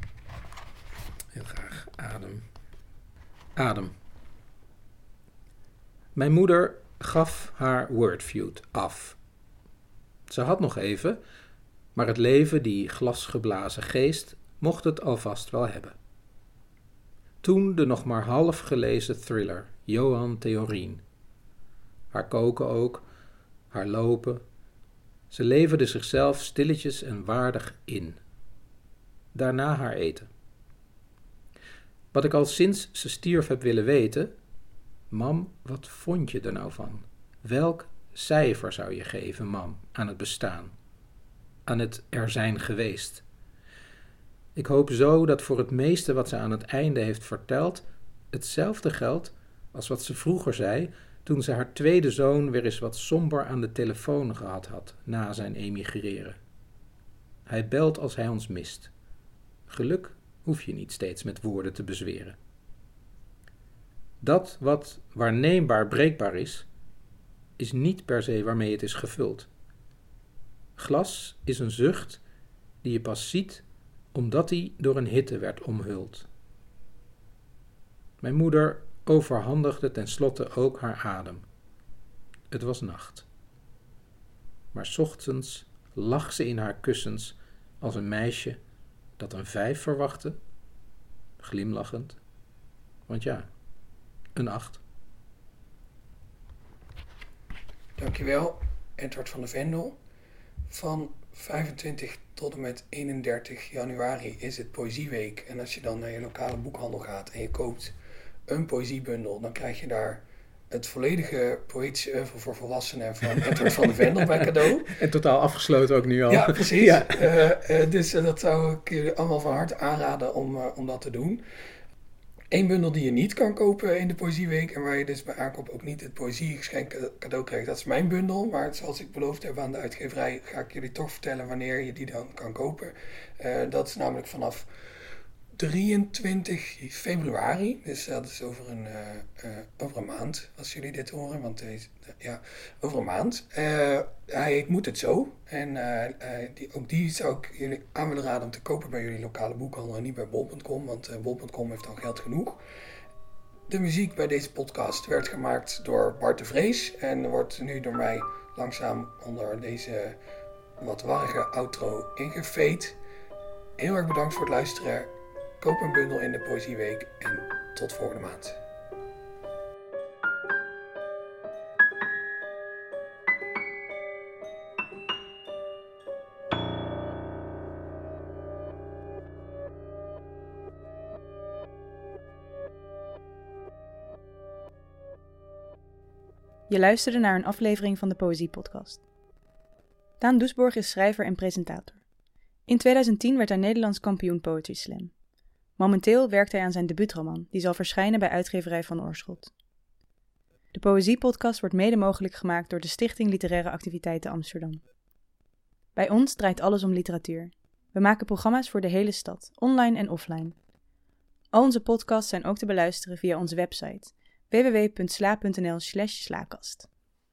Heel graag. Adem. Adem. Mijn moeder gaf haar wordfeud af. Ze had nog even, maar het leven, die glasgeblazen geest, mocht het alvast wel hebben. Toen de nog maar half gelezen thriller, Johan Theorien. Haar koken ook, haar lopen. Ze leverde zichzelf stilletjes en waardig in. Daarna haar eten. Wat ik al sinds ze stierf heb willen weten: mam, wat vond je er nou van? Welk cijfer zou je geven, mam, aan het bestaan? Aan het er zijn geweest? Ik hoop zo dat voor het meeste wat ze aan het einde heeft verteld hetzelfde geldt als wat ze vroeger zei toen ze haar tweede zoon weer eens wat somber aan de telefoon gehad had na zijn emigreren. Hij belt als hij ons mist. Geluk hoef je niet steeds met woorden te bezweren. Dat wat waarneembaar breekbaar is, is niet per se waarmee het is gevuld. Glas is een zucht die je pas ziet omdat hij door een hitte werd omhuld. Mijn moeder overhandigde tenslotte ook haar adem. Het was nacht. Maar 's ochtends lag ze in haar kussens als een meisje dat een vijf verwachtte, glimlachend, want ja, een acht. Dankjewel, Edward van de Vendel. Van vijfentwintig tot en met eenendertig januari is het Poëzieweek. En als je dan naar je lokale boekhandel gaat en je koopt een poëziebundel, dan krijg je daar het volledige poëtische oeuvre voor volwassenen van Edward van de Vendel bij cadeau. En totaal afgesloten ook nu al. Ja, precies. Ja. Uh, uh, dus uh, dat zou ik jullie allemaal van harte aanraden om, uh, om dat te doen. Eén bundel die je niet kan kopen in de Poëzieweek en waar je dus bij aankoop ook niet het poëziegeschenk cadeau krijgt, dat is mijn bundel. Maar zoals ik beloofd heb aan de uitgeverij, ga ik jullie toch vertellen wanneer je die dan kan kopen. Uh, dat is namelijk vanaf drieëntwintig februari, dus dat is over een, uh, uh, over een maand, als jullie dit horen, want deze, uh, ja, over een maand. Uh, hij heet Moet het zo, en uh, uh, die, ook die zou ik jullie aan willen raden om te kopen bij jullie lokale boekhandel en niet bij bol punt com, want uh, bol punt com heeft al geld genoeg. De muziek bij deze podcast werd gemaakt door Bart de Vrees en wordt nu door mij langzaam onder deze wat warrige outro ingefeed. Heel erg bedankt voor het luisteren. Koop een bundel in de Poëzieweek en tot volgende maand. Je luisterde naar een aflevering van de Poëziepodcast. Daan Doesborg is schrijver en presentator. In tweeduizend tien werd hij Nederlands kampioen Poetry Slam. Momenteel werkt hij aan zijn debuutroman, die zal verschijnen bij uitgeverij Van Oorschot. De Poëziepodcast wordt mede mogelijk gemaakt door de Stichting Literaire Activiteiten Amsterdam. Bij ons draait alles om literatuur. We maken programma's voor de hele stad, online en offline. Al onze podcasts zijn ook te beluisteren via onze website w w w punt sla punt n l slash slaakast.